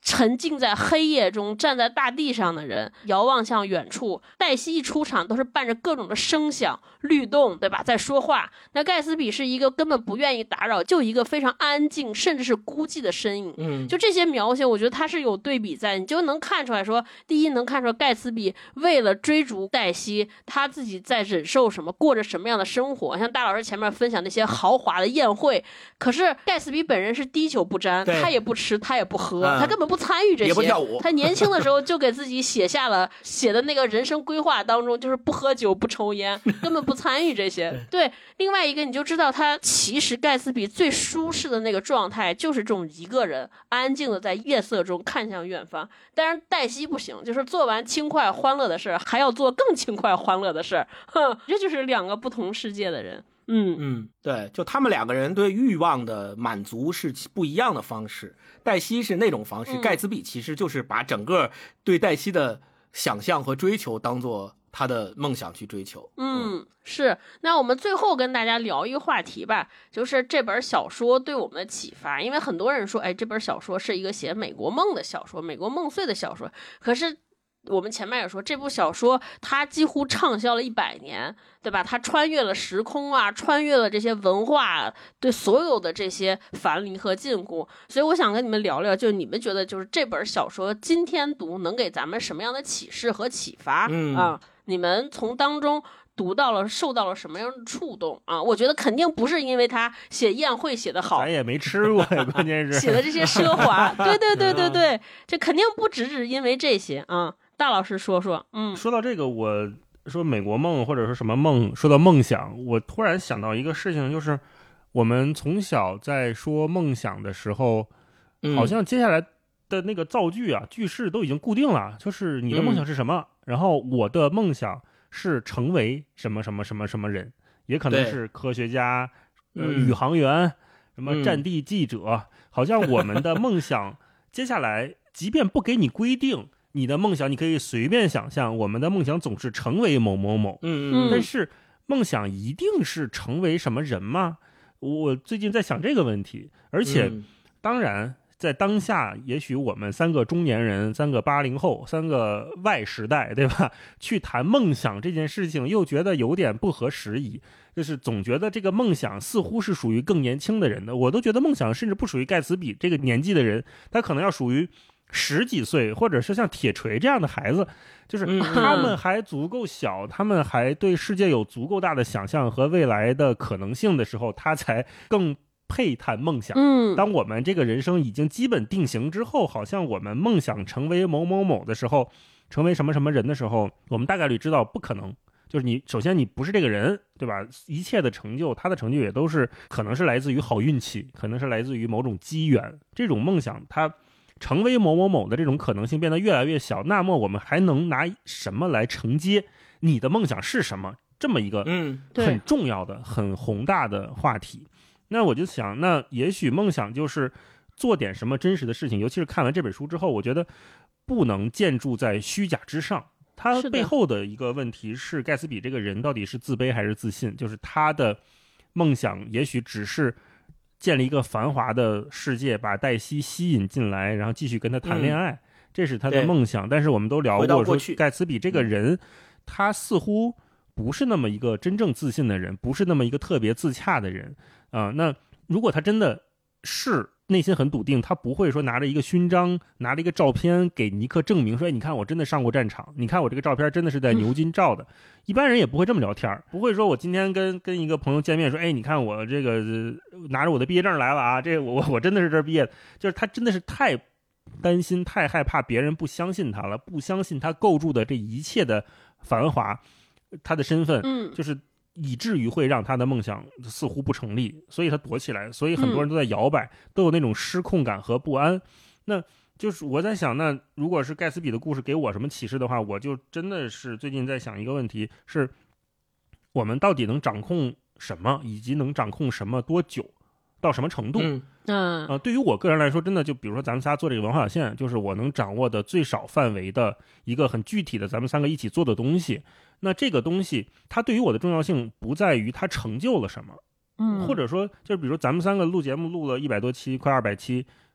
沉浸在黑夜中站在大地上的人，遥望向远处。黛西一出场都是伴着各种的声响律动，对吧，在说话。那盖茨比是一个根本不愿意打扰，就一个非常安静甚至是孤寂的身影。就这些描写我觉得它是有对比在，你就能看出来说，第一能看出来盖茨比为了追逐黛西他自己在忍受什么，过着什么样的生活。像大老师前面分享那些豪华的宴会，可是盖茨比本人是滴酒不沾，他也不吃他也不喝，他根本不参与这些， 也不跳舞。 他年轻的时候就给自己写的那个人生规划当中，就是不喝酒不抽烟，根本不参与这些。对，另外一个你就知道他其实盖茨比最舒适的那个状态就是这种一个人安静的在夜色中看向远方。但是黛西不行，就是做完轻快欢乐的事还要做更轻快欢乐的事，这就是两个不同世界的人。 对，就他们两个人对欲望的满足是不一样的方式。黛西是那种方式，盖茨比其实就是把整个对黛西的想象和追求当做他的梦想去追求。 是。那我们最后跟大家聊一个话题吧，就是这本小说对我们的启发。因为很多人说，这本小说是一个写美国梦的小说，美国梦碎的小说，可是我们前面也说，这部小说它几乎畅销了100年，对吧？它穿越了时空啊，穿越了这些文化，对所有的这些樊篱和禁锢。所以我想跟你们聊聊，就你们觉得就是这本小说今天读能给咱们什么样的启示和启发你们从当中读到了受到了什么样的触动啊？我觉得肯定不是因为他写宴会写得好， 咱也没吃过呀，关键是写的这些奢华，对，这肯定不只是因为这些啊。大老师说说。 说到这个，我说美国梦或者说什么梦，说到梦想，我突然想到一个事情，就是我们从小在说梦想的时候，好像接下来的那个造句啊句式都已经固定了，就是你的梦想是什么，然后我的梦想是成为什么什么什么什么人，也可能是科学家、宇航员、什么战地记者，好像我们的梦想接下来即便不给你规定你的梦想，你可以随便想象，我们的梦想总是成为某某某。但是梦想一定是成为什么人吗？我最近在想这个问题。而且当然在当下，也许我们3个中年人，3个80后，3个Y时代，对吧，去谈梦想这件事情又觉得有点不合时宜，就是总觉得这个梦想似乎是属于更年轻的人的。我都觉得梦想甚至不属于盖茨比这个年纪的人，他可能要属于10几岁，或者是像铁锤这样的孩子，就是他们还足够小，他们还对世界有足够大的想象和未来的可能性的时候，他才更配谈梦想。当我们这个人生已经基本定型之后，好像我们梦想成为某某某的时候，成为什么什么人的时候，我们大概率知道不可能。就是你首先你不是这个人，对吧？一切的成就，他的成就也都是可能是来自于好运气，可能是来自于某种机缘。这种梦想它成为某某某的这种可能性变得越来越小，那么我们还能拿什么来承接你的梦想是什么这么一个很重要的很宏大的话题。那我就想，那也许梦想就是做点什么真实的事情，尤其是看完这本书之后，我觉得不能建筑在虚假之上。他背后的一个问题是盖茨比这个人到底是自卑还是自信，就是他的梦想也许只是建立一个繁华的世界，把黛西吸引进来，然后继续跟他谈恋爱，这是他的梦想。但是我们都聊过说，盖茨比这个人他似乎不是那么一个真正自信的人，不是那么一个特别自洽的人那如果他真的是内心很笃定，他不会说拿着一个勋章，拿着一个照片给尼克证明说，你看我真的上过战场，你看我这个照片真的是在牛津照的。一般人也不会这么聊天，不会说我今天跟一个朋友见面说，你看我这个拿着我的毕业证来了啊，这我真的是这儿毕业的。就是他真的是太担心太害怕别人不相信他了，不相信他构筑的这一切的繁华，他的身份就是以至于会让他的梦想似乎不成立，所以他躲起来，所以很多人都在摇摆，都有那种失控感和不安。那就是我在想，那如果是盖茨比的故事给我什么启示的话，我就真的是最近在想一个问题，是我们到底能掌控什么，以及能掌控什么多久，到什么程度。对于我个人来说，真的就比如说咱们仨做这个文化有限，就是我能掌握的最少范围的一个很具体的咱们3个一起做的东西。那这个东西它对于我的重要性不在于它成就了什么，或者说就是比如说咱们3个录节目录了100多期，快200期，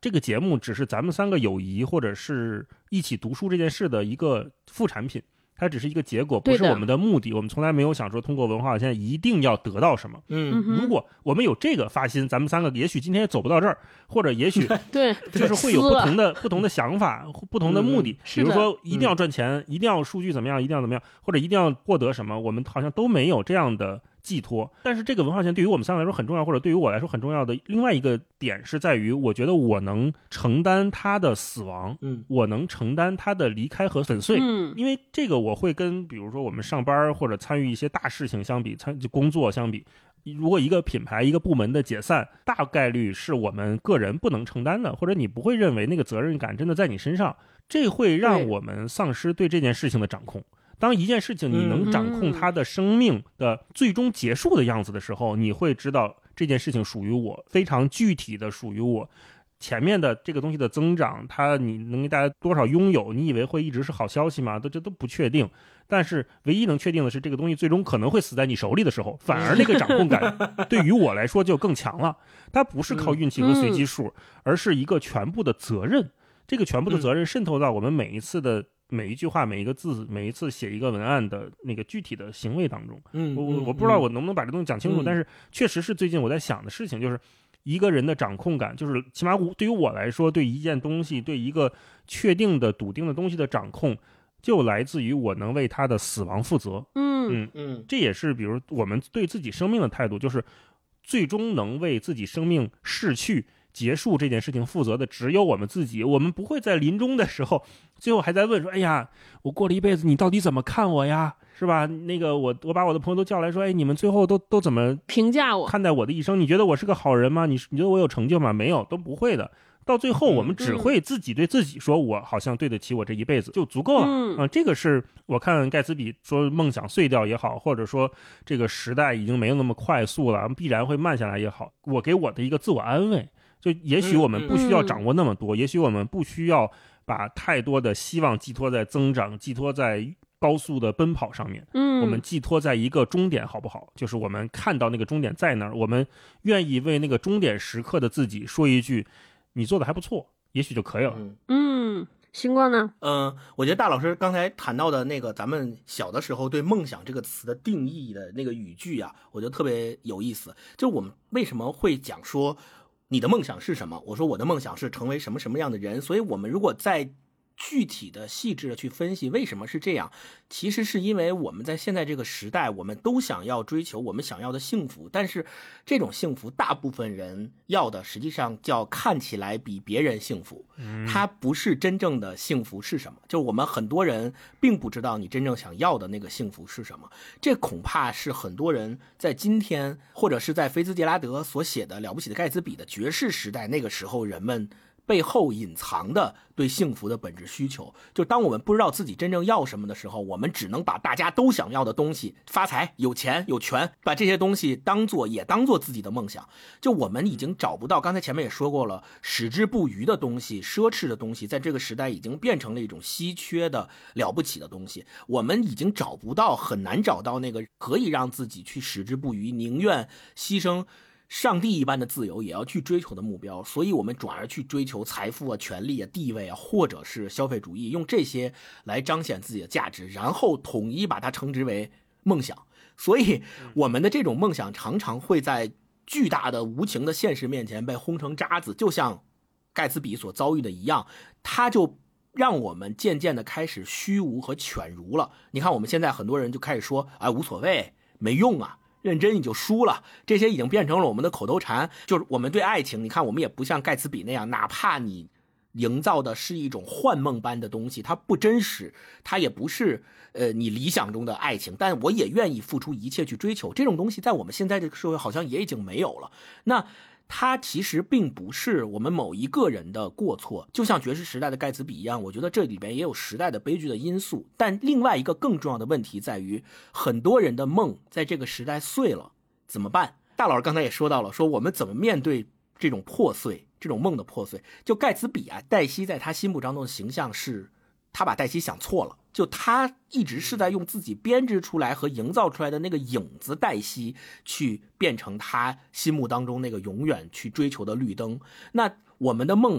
这个节目只是咱们3个友谊或者是一起读书这件事的一个副产品，它只是一个结果，不是我们的目的。我们从来没有想说通过文化有限一定要得到什么。如果我们有这个发心，咱们3个也许今天也走不到这儿，或者也许对， 就是会有不同的想法，不同的目的。比如说一定要赚钱，一定要数据怎么样，一定要怎么样，或者一定要获得什么，我们好像都没有这样的寄托。但是这个文化线对于我们3个来说很重要，或者对于我来说很重要的另外一个点是在于，我觉得我能承担他的死亡，我能承担他的离开和粉碎。因为这个我会跟比如说我们上班或者参与一些大事情相比，工作相比，如果一个品牌一个部门的解散，大概率是我们个人不能承担的，或者你不会认为那个责任感真的在你身上，这会让我们丧失对这件事情的掌控。当一件事情你能掌控它的生命的最终结束的样子的时候，你会知道这件事情属于我，非常具体的属于我。前面的这个东西的增长，它你能给大家多少拥有，你以为会一直是好消息吗？这都不确定。但是唯一能确定的是，这个东西最终可能会死在你手里的时候，反而那个掌控感对于我来说就更强了。它不是靠运气和随机数，而是一个全部的责任。这个全部的责任渗透到我们每一次的每一句话、每一个字、每一次写一个文案的那个具体的行为当中。我不知道我能不能把这东西讲清楚，但是确实是最近我在想的事情，就是一个人的掌控感，就是起码对于我来说，对一件东西，对一个确定的笃定的东西的掌控，就来自于我能为他的死亡负责。这也是比如我们对自己生命的态度，就是最终能为自己生命逝去结束这件事情负责的只有我们自己。我们不会在临终的时候最后还在问说，哎呀，我过了一辈子你到底怎么看我呀，是吧？那个我把我的朋友都叫来说，哎，你们最后都怎么评价我， 看待我的一生？你觉得我是个好人吗？你觉得我有成就吗？没有，都不会的。到最后我们只会自己对自己说，我好像对得起我这一辈子就足够了。这个是我看盖茨比说梦想碎掉也好，或者说这个时代已经没有那么快速了，必然会慢下来也好，我给我的一个自我安慰。就也许我们不需要掌握那么多，也许我们不需要把太多的希望寄托在增长，寄托在高速的奔跑上面。我们寄托在一个终点好不好？就是我们看到那个终点在那儿，我们愿意为那个终点时刻的自己说一句你做的还不错，也许就可以了。 星光呢？ 我觉得大老师刚才谈到的那个咱们小的时候对梦想这个词的定义的那个语句啊，我觉得特别有意思。就是我们为什么会讲说你的梦想是什么？我说我的梦想是成为什么什么样的人。所以我们如果在具体的细致的去分析为什么是这样，其实是因为我们在现在这个时代，我们都想要追求我们想要的幸福，但是这种幸福大部分人要的实际上叫看起来比别人幸福，它不是真正的幸福是什么。就我们很多人并不知道你真正想要的那个幸福是什么。这恐怕是很多人在今天或者是在菲兹杰拉德所写的《了不起的盖茨比》的爵士时代，那个时候人们背后隐藏的对幸福的本质需求。就当我们不知道自己真正要什么的时候，我们只能把大家都想要的东西，发财、有钱、有权，把这些东西当做自己的梦想。就我们已经找不到，刚才前面也说过了，矢志不渝的东西，奢侈的东西，在这个时代已经变成了一种稀缺的了不起的东西。我们已经找不到，很难找到那个可以让自己去矢志不渝，宁愿牺牲上帝一般的自由也要去追求的目标。所以我们转而去追求财富啊、权力啊、地位啊，或者是消费主义，用这些来彰显自己的价值，然后统一把它称之为梦想。所以我们的这种梦想常常会在巨大的无情的现实面前被轰成渣子，就像盖茨比所遭遇的一样，他就让我们渐渐的开始虚无和犬儒了。你看我们现在很多人就开始说，哎，无所谓，没用啊，认真你就输了，这些已经变成了我们的口头禅。就是我们对爱情，你看我们也不像盖茨比那样，哪怕你营造的是一种幻梦般的东西，它不真实，它也不是你理想中的爱情，但我也愿意付出一切去追求这种东西，在我们现在这个社会好像也已经没有了。那它其实并不是我们某一个人的过错，就像爵士时代的盖茨比一样，我觉得这里边也有时代的悲剧的因素。但另外一个更重要的问题在于，很多人的梦在这个时代碎了，怎么办？大老师刚才也说到了，说我们怎么面对这种破碎，这种梦的破碎。就盖茨比啊，黛西在他心目当中的形象是，他把黛西想错了，就他一直是在用自己编织出来和营造出来的那个影子黛西去变成他心目当中那个永远去追求的绿灯。那我们的梦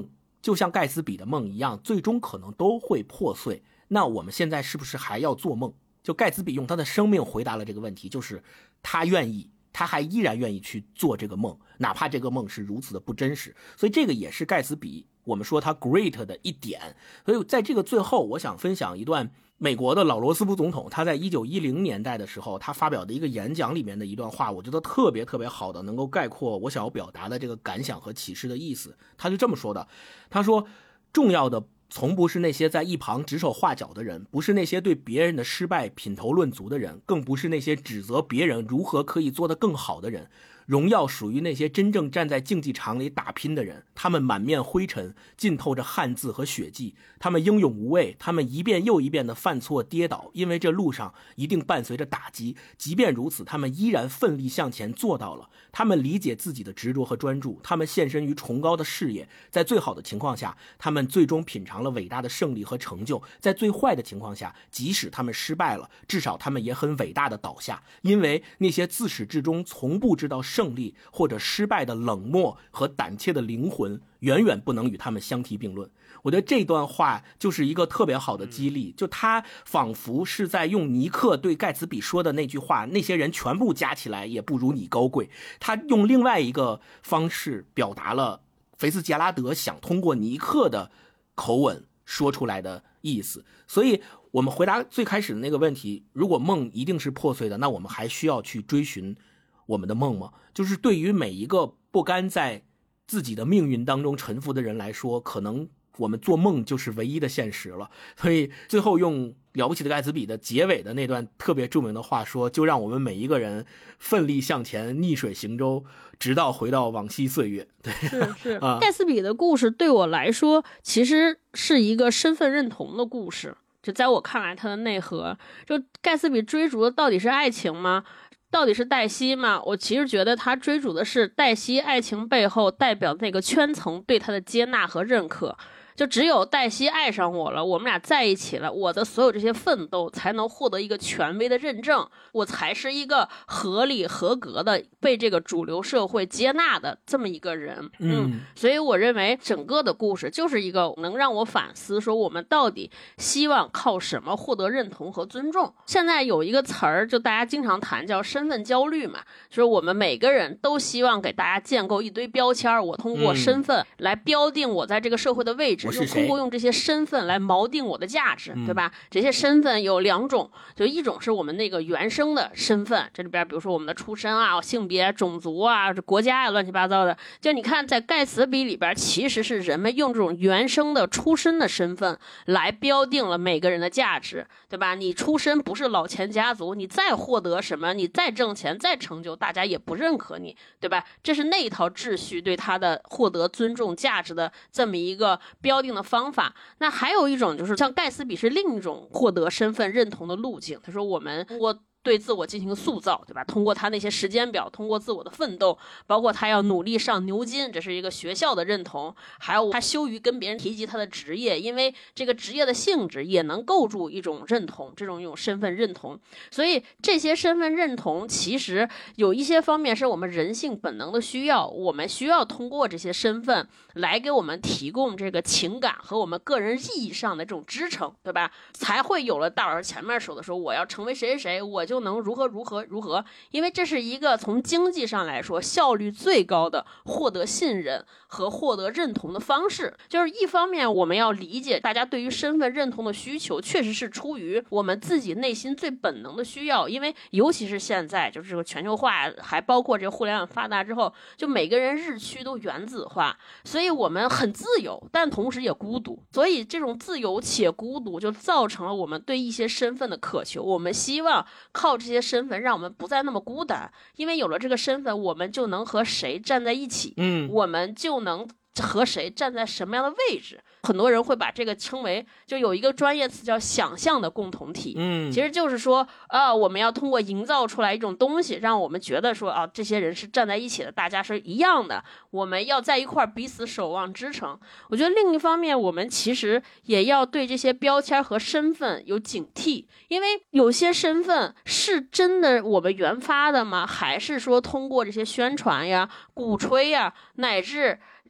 就像盖茨比的梦一样，最终可能都会破碎。那我们现在是不是还要做梦？就盖茨比用他的生命回答了这个问题，就是他愿意，他还依然愿意去做这个梦，哪怕这个梦是如此的不真实。所以这个也是盖茨比我们说他 great 的一点。所以在这个最后，我想分享一段美国的老罗斯福总统他在1910年代的时候他发表的一个演讲里面的一段话，我觉得特别特别好的能够概括我想要表达的这个感想和启示的意思。他就这么说的，他说重要的从不是那些在一旁指手画脚的人，不是那些对别人的失败品头论足的人，更不是那些指责别人如何可以做得更好的人。荣耀属于那些真正站在竞技场里打拼的人，他们满面灰尘，浸透着汗渍和血迹，他们英勇无畏，他们一遍又一遍的犯错跌倒，因为这路上一定伴随着打击，即便如此，他们依然奋力向前做到了。他们理解自己的执着和专注，他们献身于崇高的事业，在最好的情况下，他们最终品尝了伟大的胜利和成就，在最坏的情况下，即使他们失败了，至少他们也很伟大的倒下，因为那些自始至终从不知道胜利或者失败的冷漠和胆怯的灵魂，远远不能与他们相提并论。我觉得这段话就是一个特别好的激励，就他仿佛是在用尼克对盖茨比说的那句话，那些人全部加起来也不如你高贵，他用另外一个方式表达了菲茨杰拉德想通过尼克的口吻说出来的意思。所以我们回答最开始的那个问题，如果梦一定是破碎的，那我们还需要去追寻我们的梦吗？就是对于每一个不甘在自己的命运当中臣服的人来说，可能我们做梦就是唯一的现实了。所以最后用了不起的盖茨比的结尾的那段特别著名的话说，就让我们每一个人奋力向前，逆水行舟，直到回到往昔岁月。对， 是盖茨比的故事对我来说其实是一个身份认同的故事。就在我看来，它的内核就盖茨比追逐的到底是爱情吗？到底是黛西吗？我其实觉得他追逐的是黛西爱情背后代表那个圈层对他的接纳和认可。就只有黛西爱上我了，我们俩在一起了，我的所有这些奋斗才能获得一个权威的认证，我才是一个合理合格的被这个主流社会接纳的这么一个人。所以我认为整个的故事就是一个能让我反思说我们到底希望靠什么获得认同和尊重。现在有一个词儿就大家经常谈叫身份焦虑嘛，就是我们每个人都希望给大家建构一堆标签，我通过身份来标定我在这个社会的位置，通过用这些身份来锚定我的价值，对吧？这些身份有两种，就一种是我们那个原生的身份，这里边比如说我们的出身啊、性别、种族啊、国家啊，乱七八糟的。就你看在盖茨比里边，其实是人们用这种原生的出身的身份来标定了每个人的价值，对吧？你出身不是老钱家族，你再获得什么，你再挣钱再成就，大家也不认可你，对吧？这是那一套秩序对他的获得尊重价值的这么一个标定的方法。那还有一种就是像盖茨比是另一种获得身份认同的路径，他说我对自我进行塑造，对吧？通过他那些时间表，通过自我的奋斗，包括他要努力上牛津，这是一个学校的认同，还有他羞于跟别人提及他的职业，因为这个职业的性质也能构筑一种认同，这种身份认同。所以这些身份认同其实有一些方面是我们人性本能的需要，我们需要通过这些身份来给我们提供这个情感和我们个人意义上的这种支撑，对吧？才会有了大老师前面说的说我要成为谁谁谁，我就能如何，因为这是一个从经济上来说效率最高的获得信任和获得认同的方式。就是一方面我们要理解大家对于身份认同的需求确实是出于我们自己内心最本能的需要，因为尤其是现在就是这个全球化还包括这个互联网发达之后，就每个人日趋都原子化，所以我们很自由但同时也孤独，所以这种自由且孤独就造成了我们对一些身份的渴求，我们希望靠这些身份让我们不再那么孤单，因为有了这个身份我们就能和谁站在一起，我们就能和谁站在什么样的位置。很多人会把这个称为，就有一个专业词叫想象的共同体，其实就是说我们要通过营造出来一种东西，让我们觉得说这些人是站在一起的，大家是一样的，我们要在一块彼此守望支撑。我觉得另一方面我们其实也要对这些标签和身份有警惕，因为有些身份是真的我们原发的吗？还是说通过这些宣传呀、鼓吹呀，乃至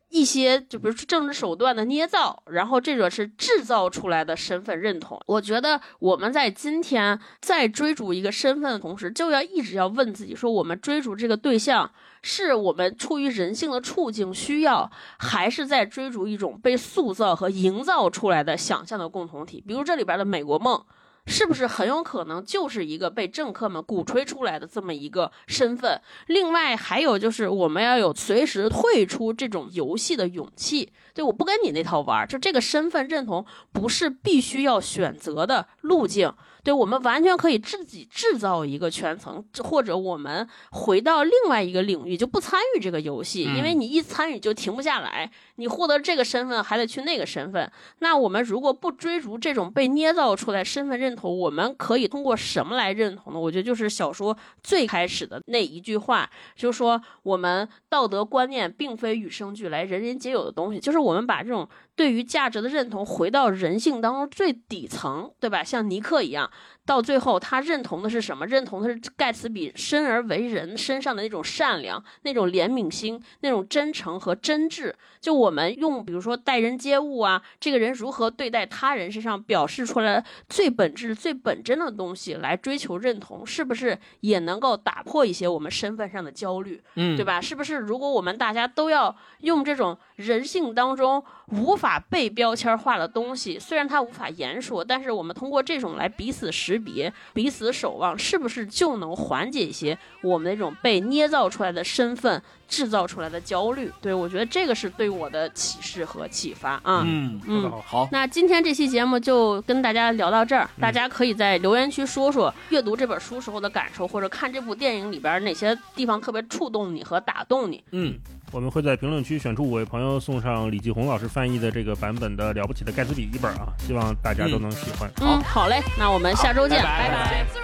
一些就比如说政治手段的捏造，然后这种是制造出来的身份认同。我觉得我们在今天在追逐一个身份的同时，就要一直要问自己说，我们追逐这个对象是我们出于人性的处境需要，还是在追逐一种被塑造和营造出来的想象的共同体。比如这里边的美国梦是不是很有可能就是一个被政客们鼓吹出来的这么一个身份？另外还有就是我们要有随时退出这种游戏的勇气，对，我不跟你那套玩，就这个身份认同不是必须要选择的路径，对，我们完全可以自己制造一个圈层，或者我们回到另外一个领域就不参与这个游戏，因为你一参与就停不下来，你获得这个身份还得去那个身份。那我们如果不追逐这种被捏造出来身份认同，我们可以通过什么来认同呢？我觉得就是小说最开始的那一句话，就是说我们道德观念并非与生俱来人人皆有的东西，就是我们把这种对于价值的认同回到人性当中最底层，对吧？像尼克一样，到最后他认同的是什么？认同的是盖茨比生而为人身上的那种善良，那种怜悯心，那种真诚和真挚。就我们用比如说待人接物啊，这个人如何对待他人身上表示出来最本质最本真的东西来追求认同，是不是也能够打破一些我们身份上的焦虑，对吧？是不是如果我们大家都要用这种人性当中无法被标签化的东西，虽然它无法言说，但是我们通过这种来彼此识别彼此守望，是不是就能缓解一些我们那种被捏造出来的身份制造出来的焦虑？对，我觉得这个是对我的启示和启发啊。 好， 那今天这期节目就跟大家聊到这儿，大家可以在留言区说说阅读这本书时候的感受，或者看这部电影里边哪些地方特别触动你和打动你。 我们会在评论区选出5位朋友送上李继红老师翻译的这个版本的了不起的盖茨比一本啊，希望大家都能喜欢。 好嘞，那我们下周见，拜拜。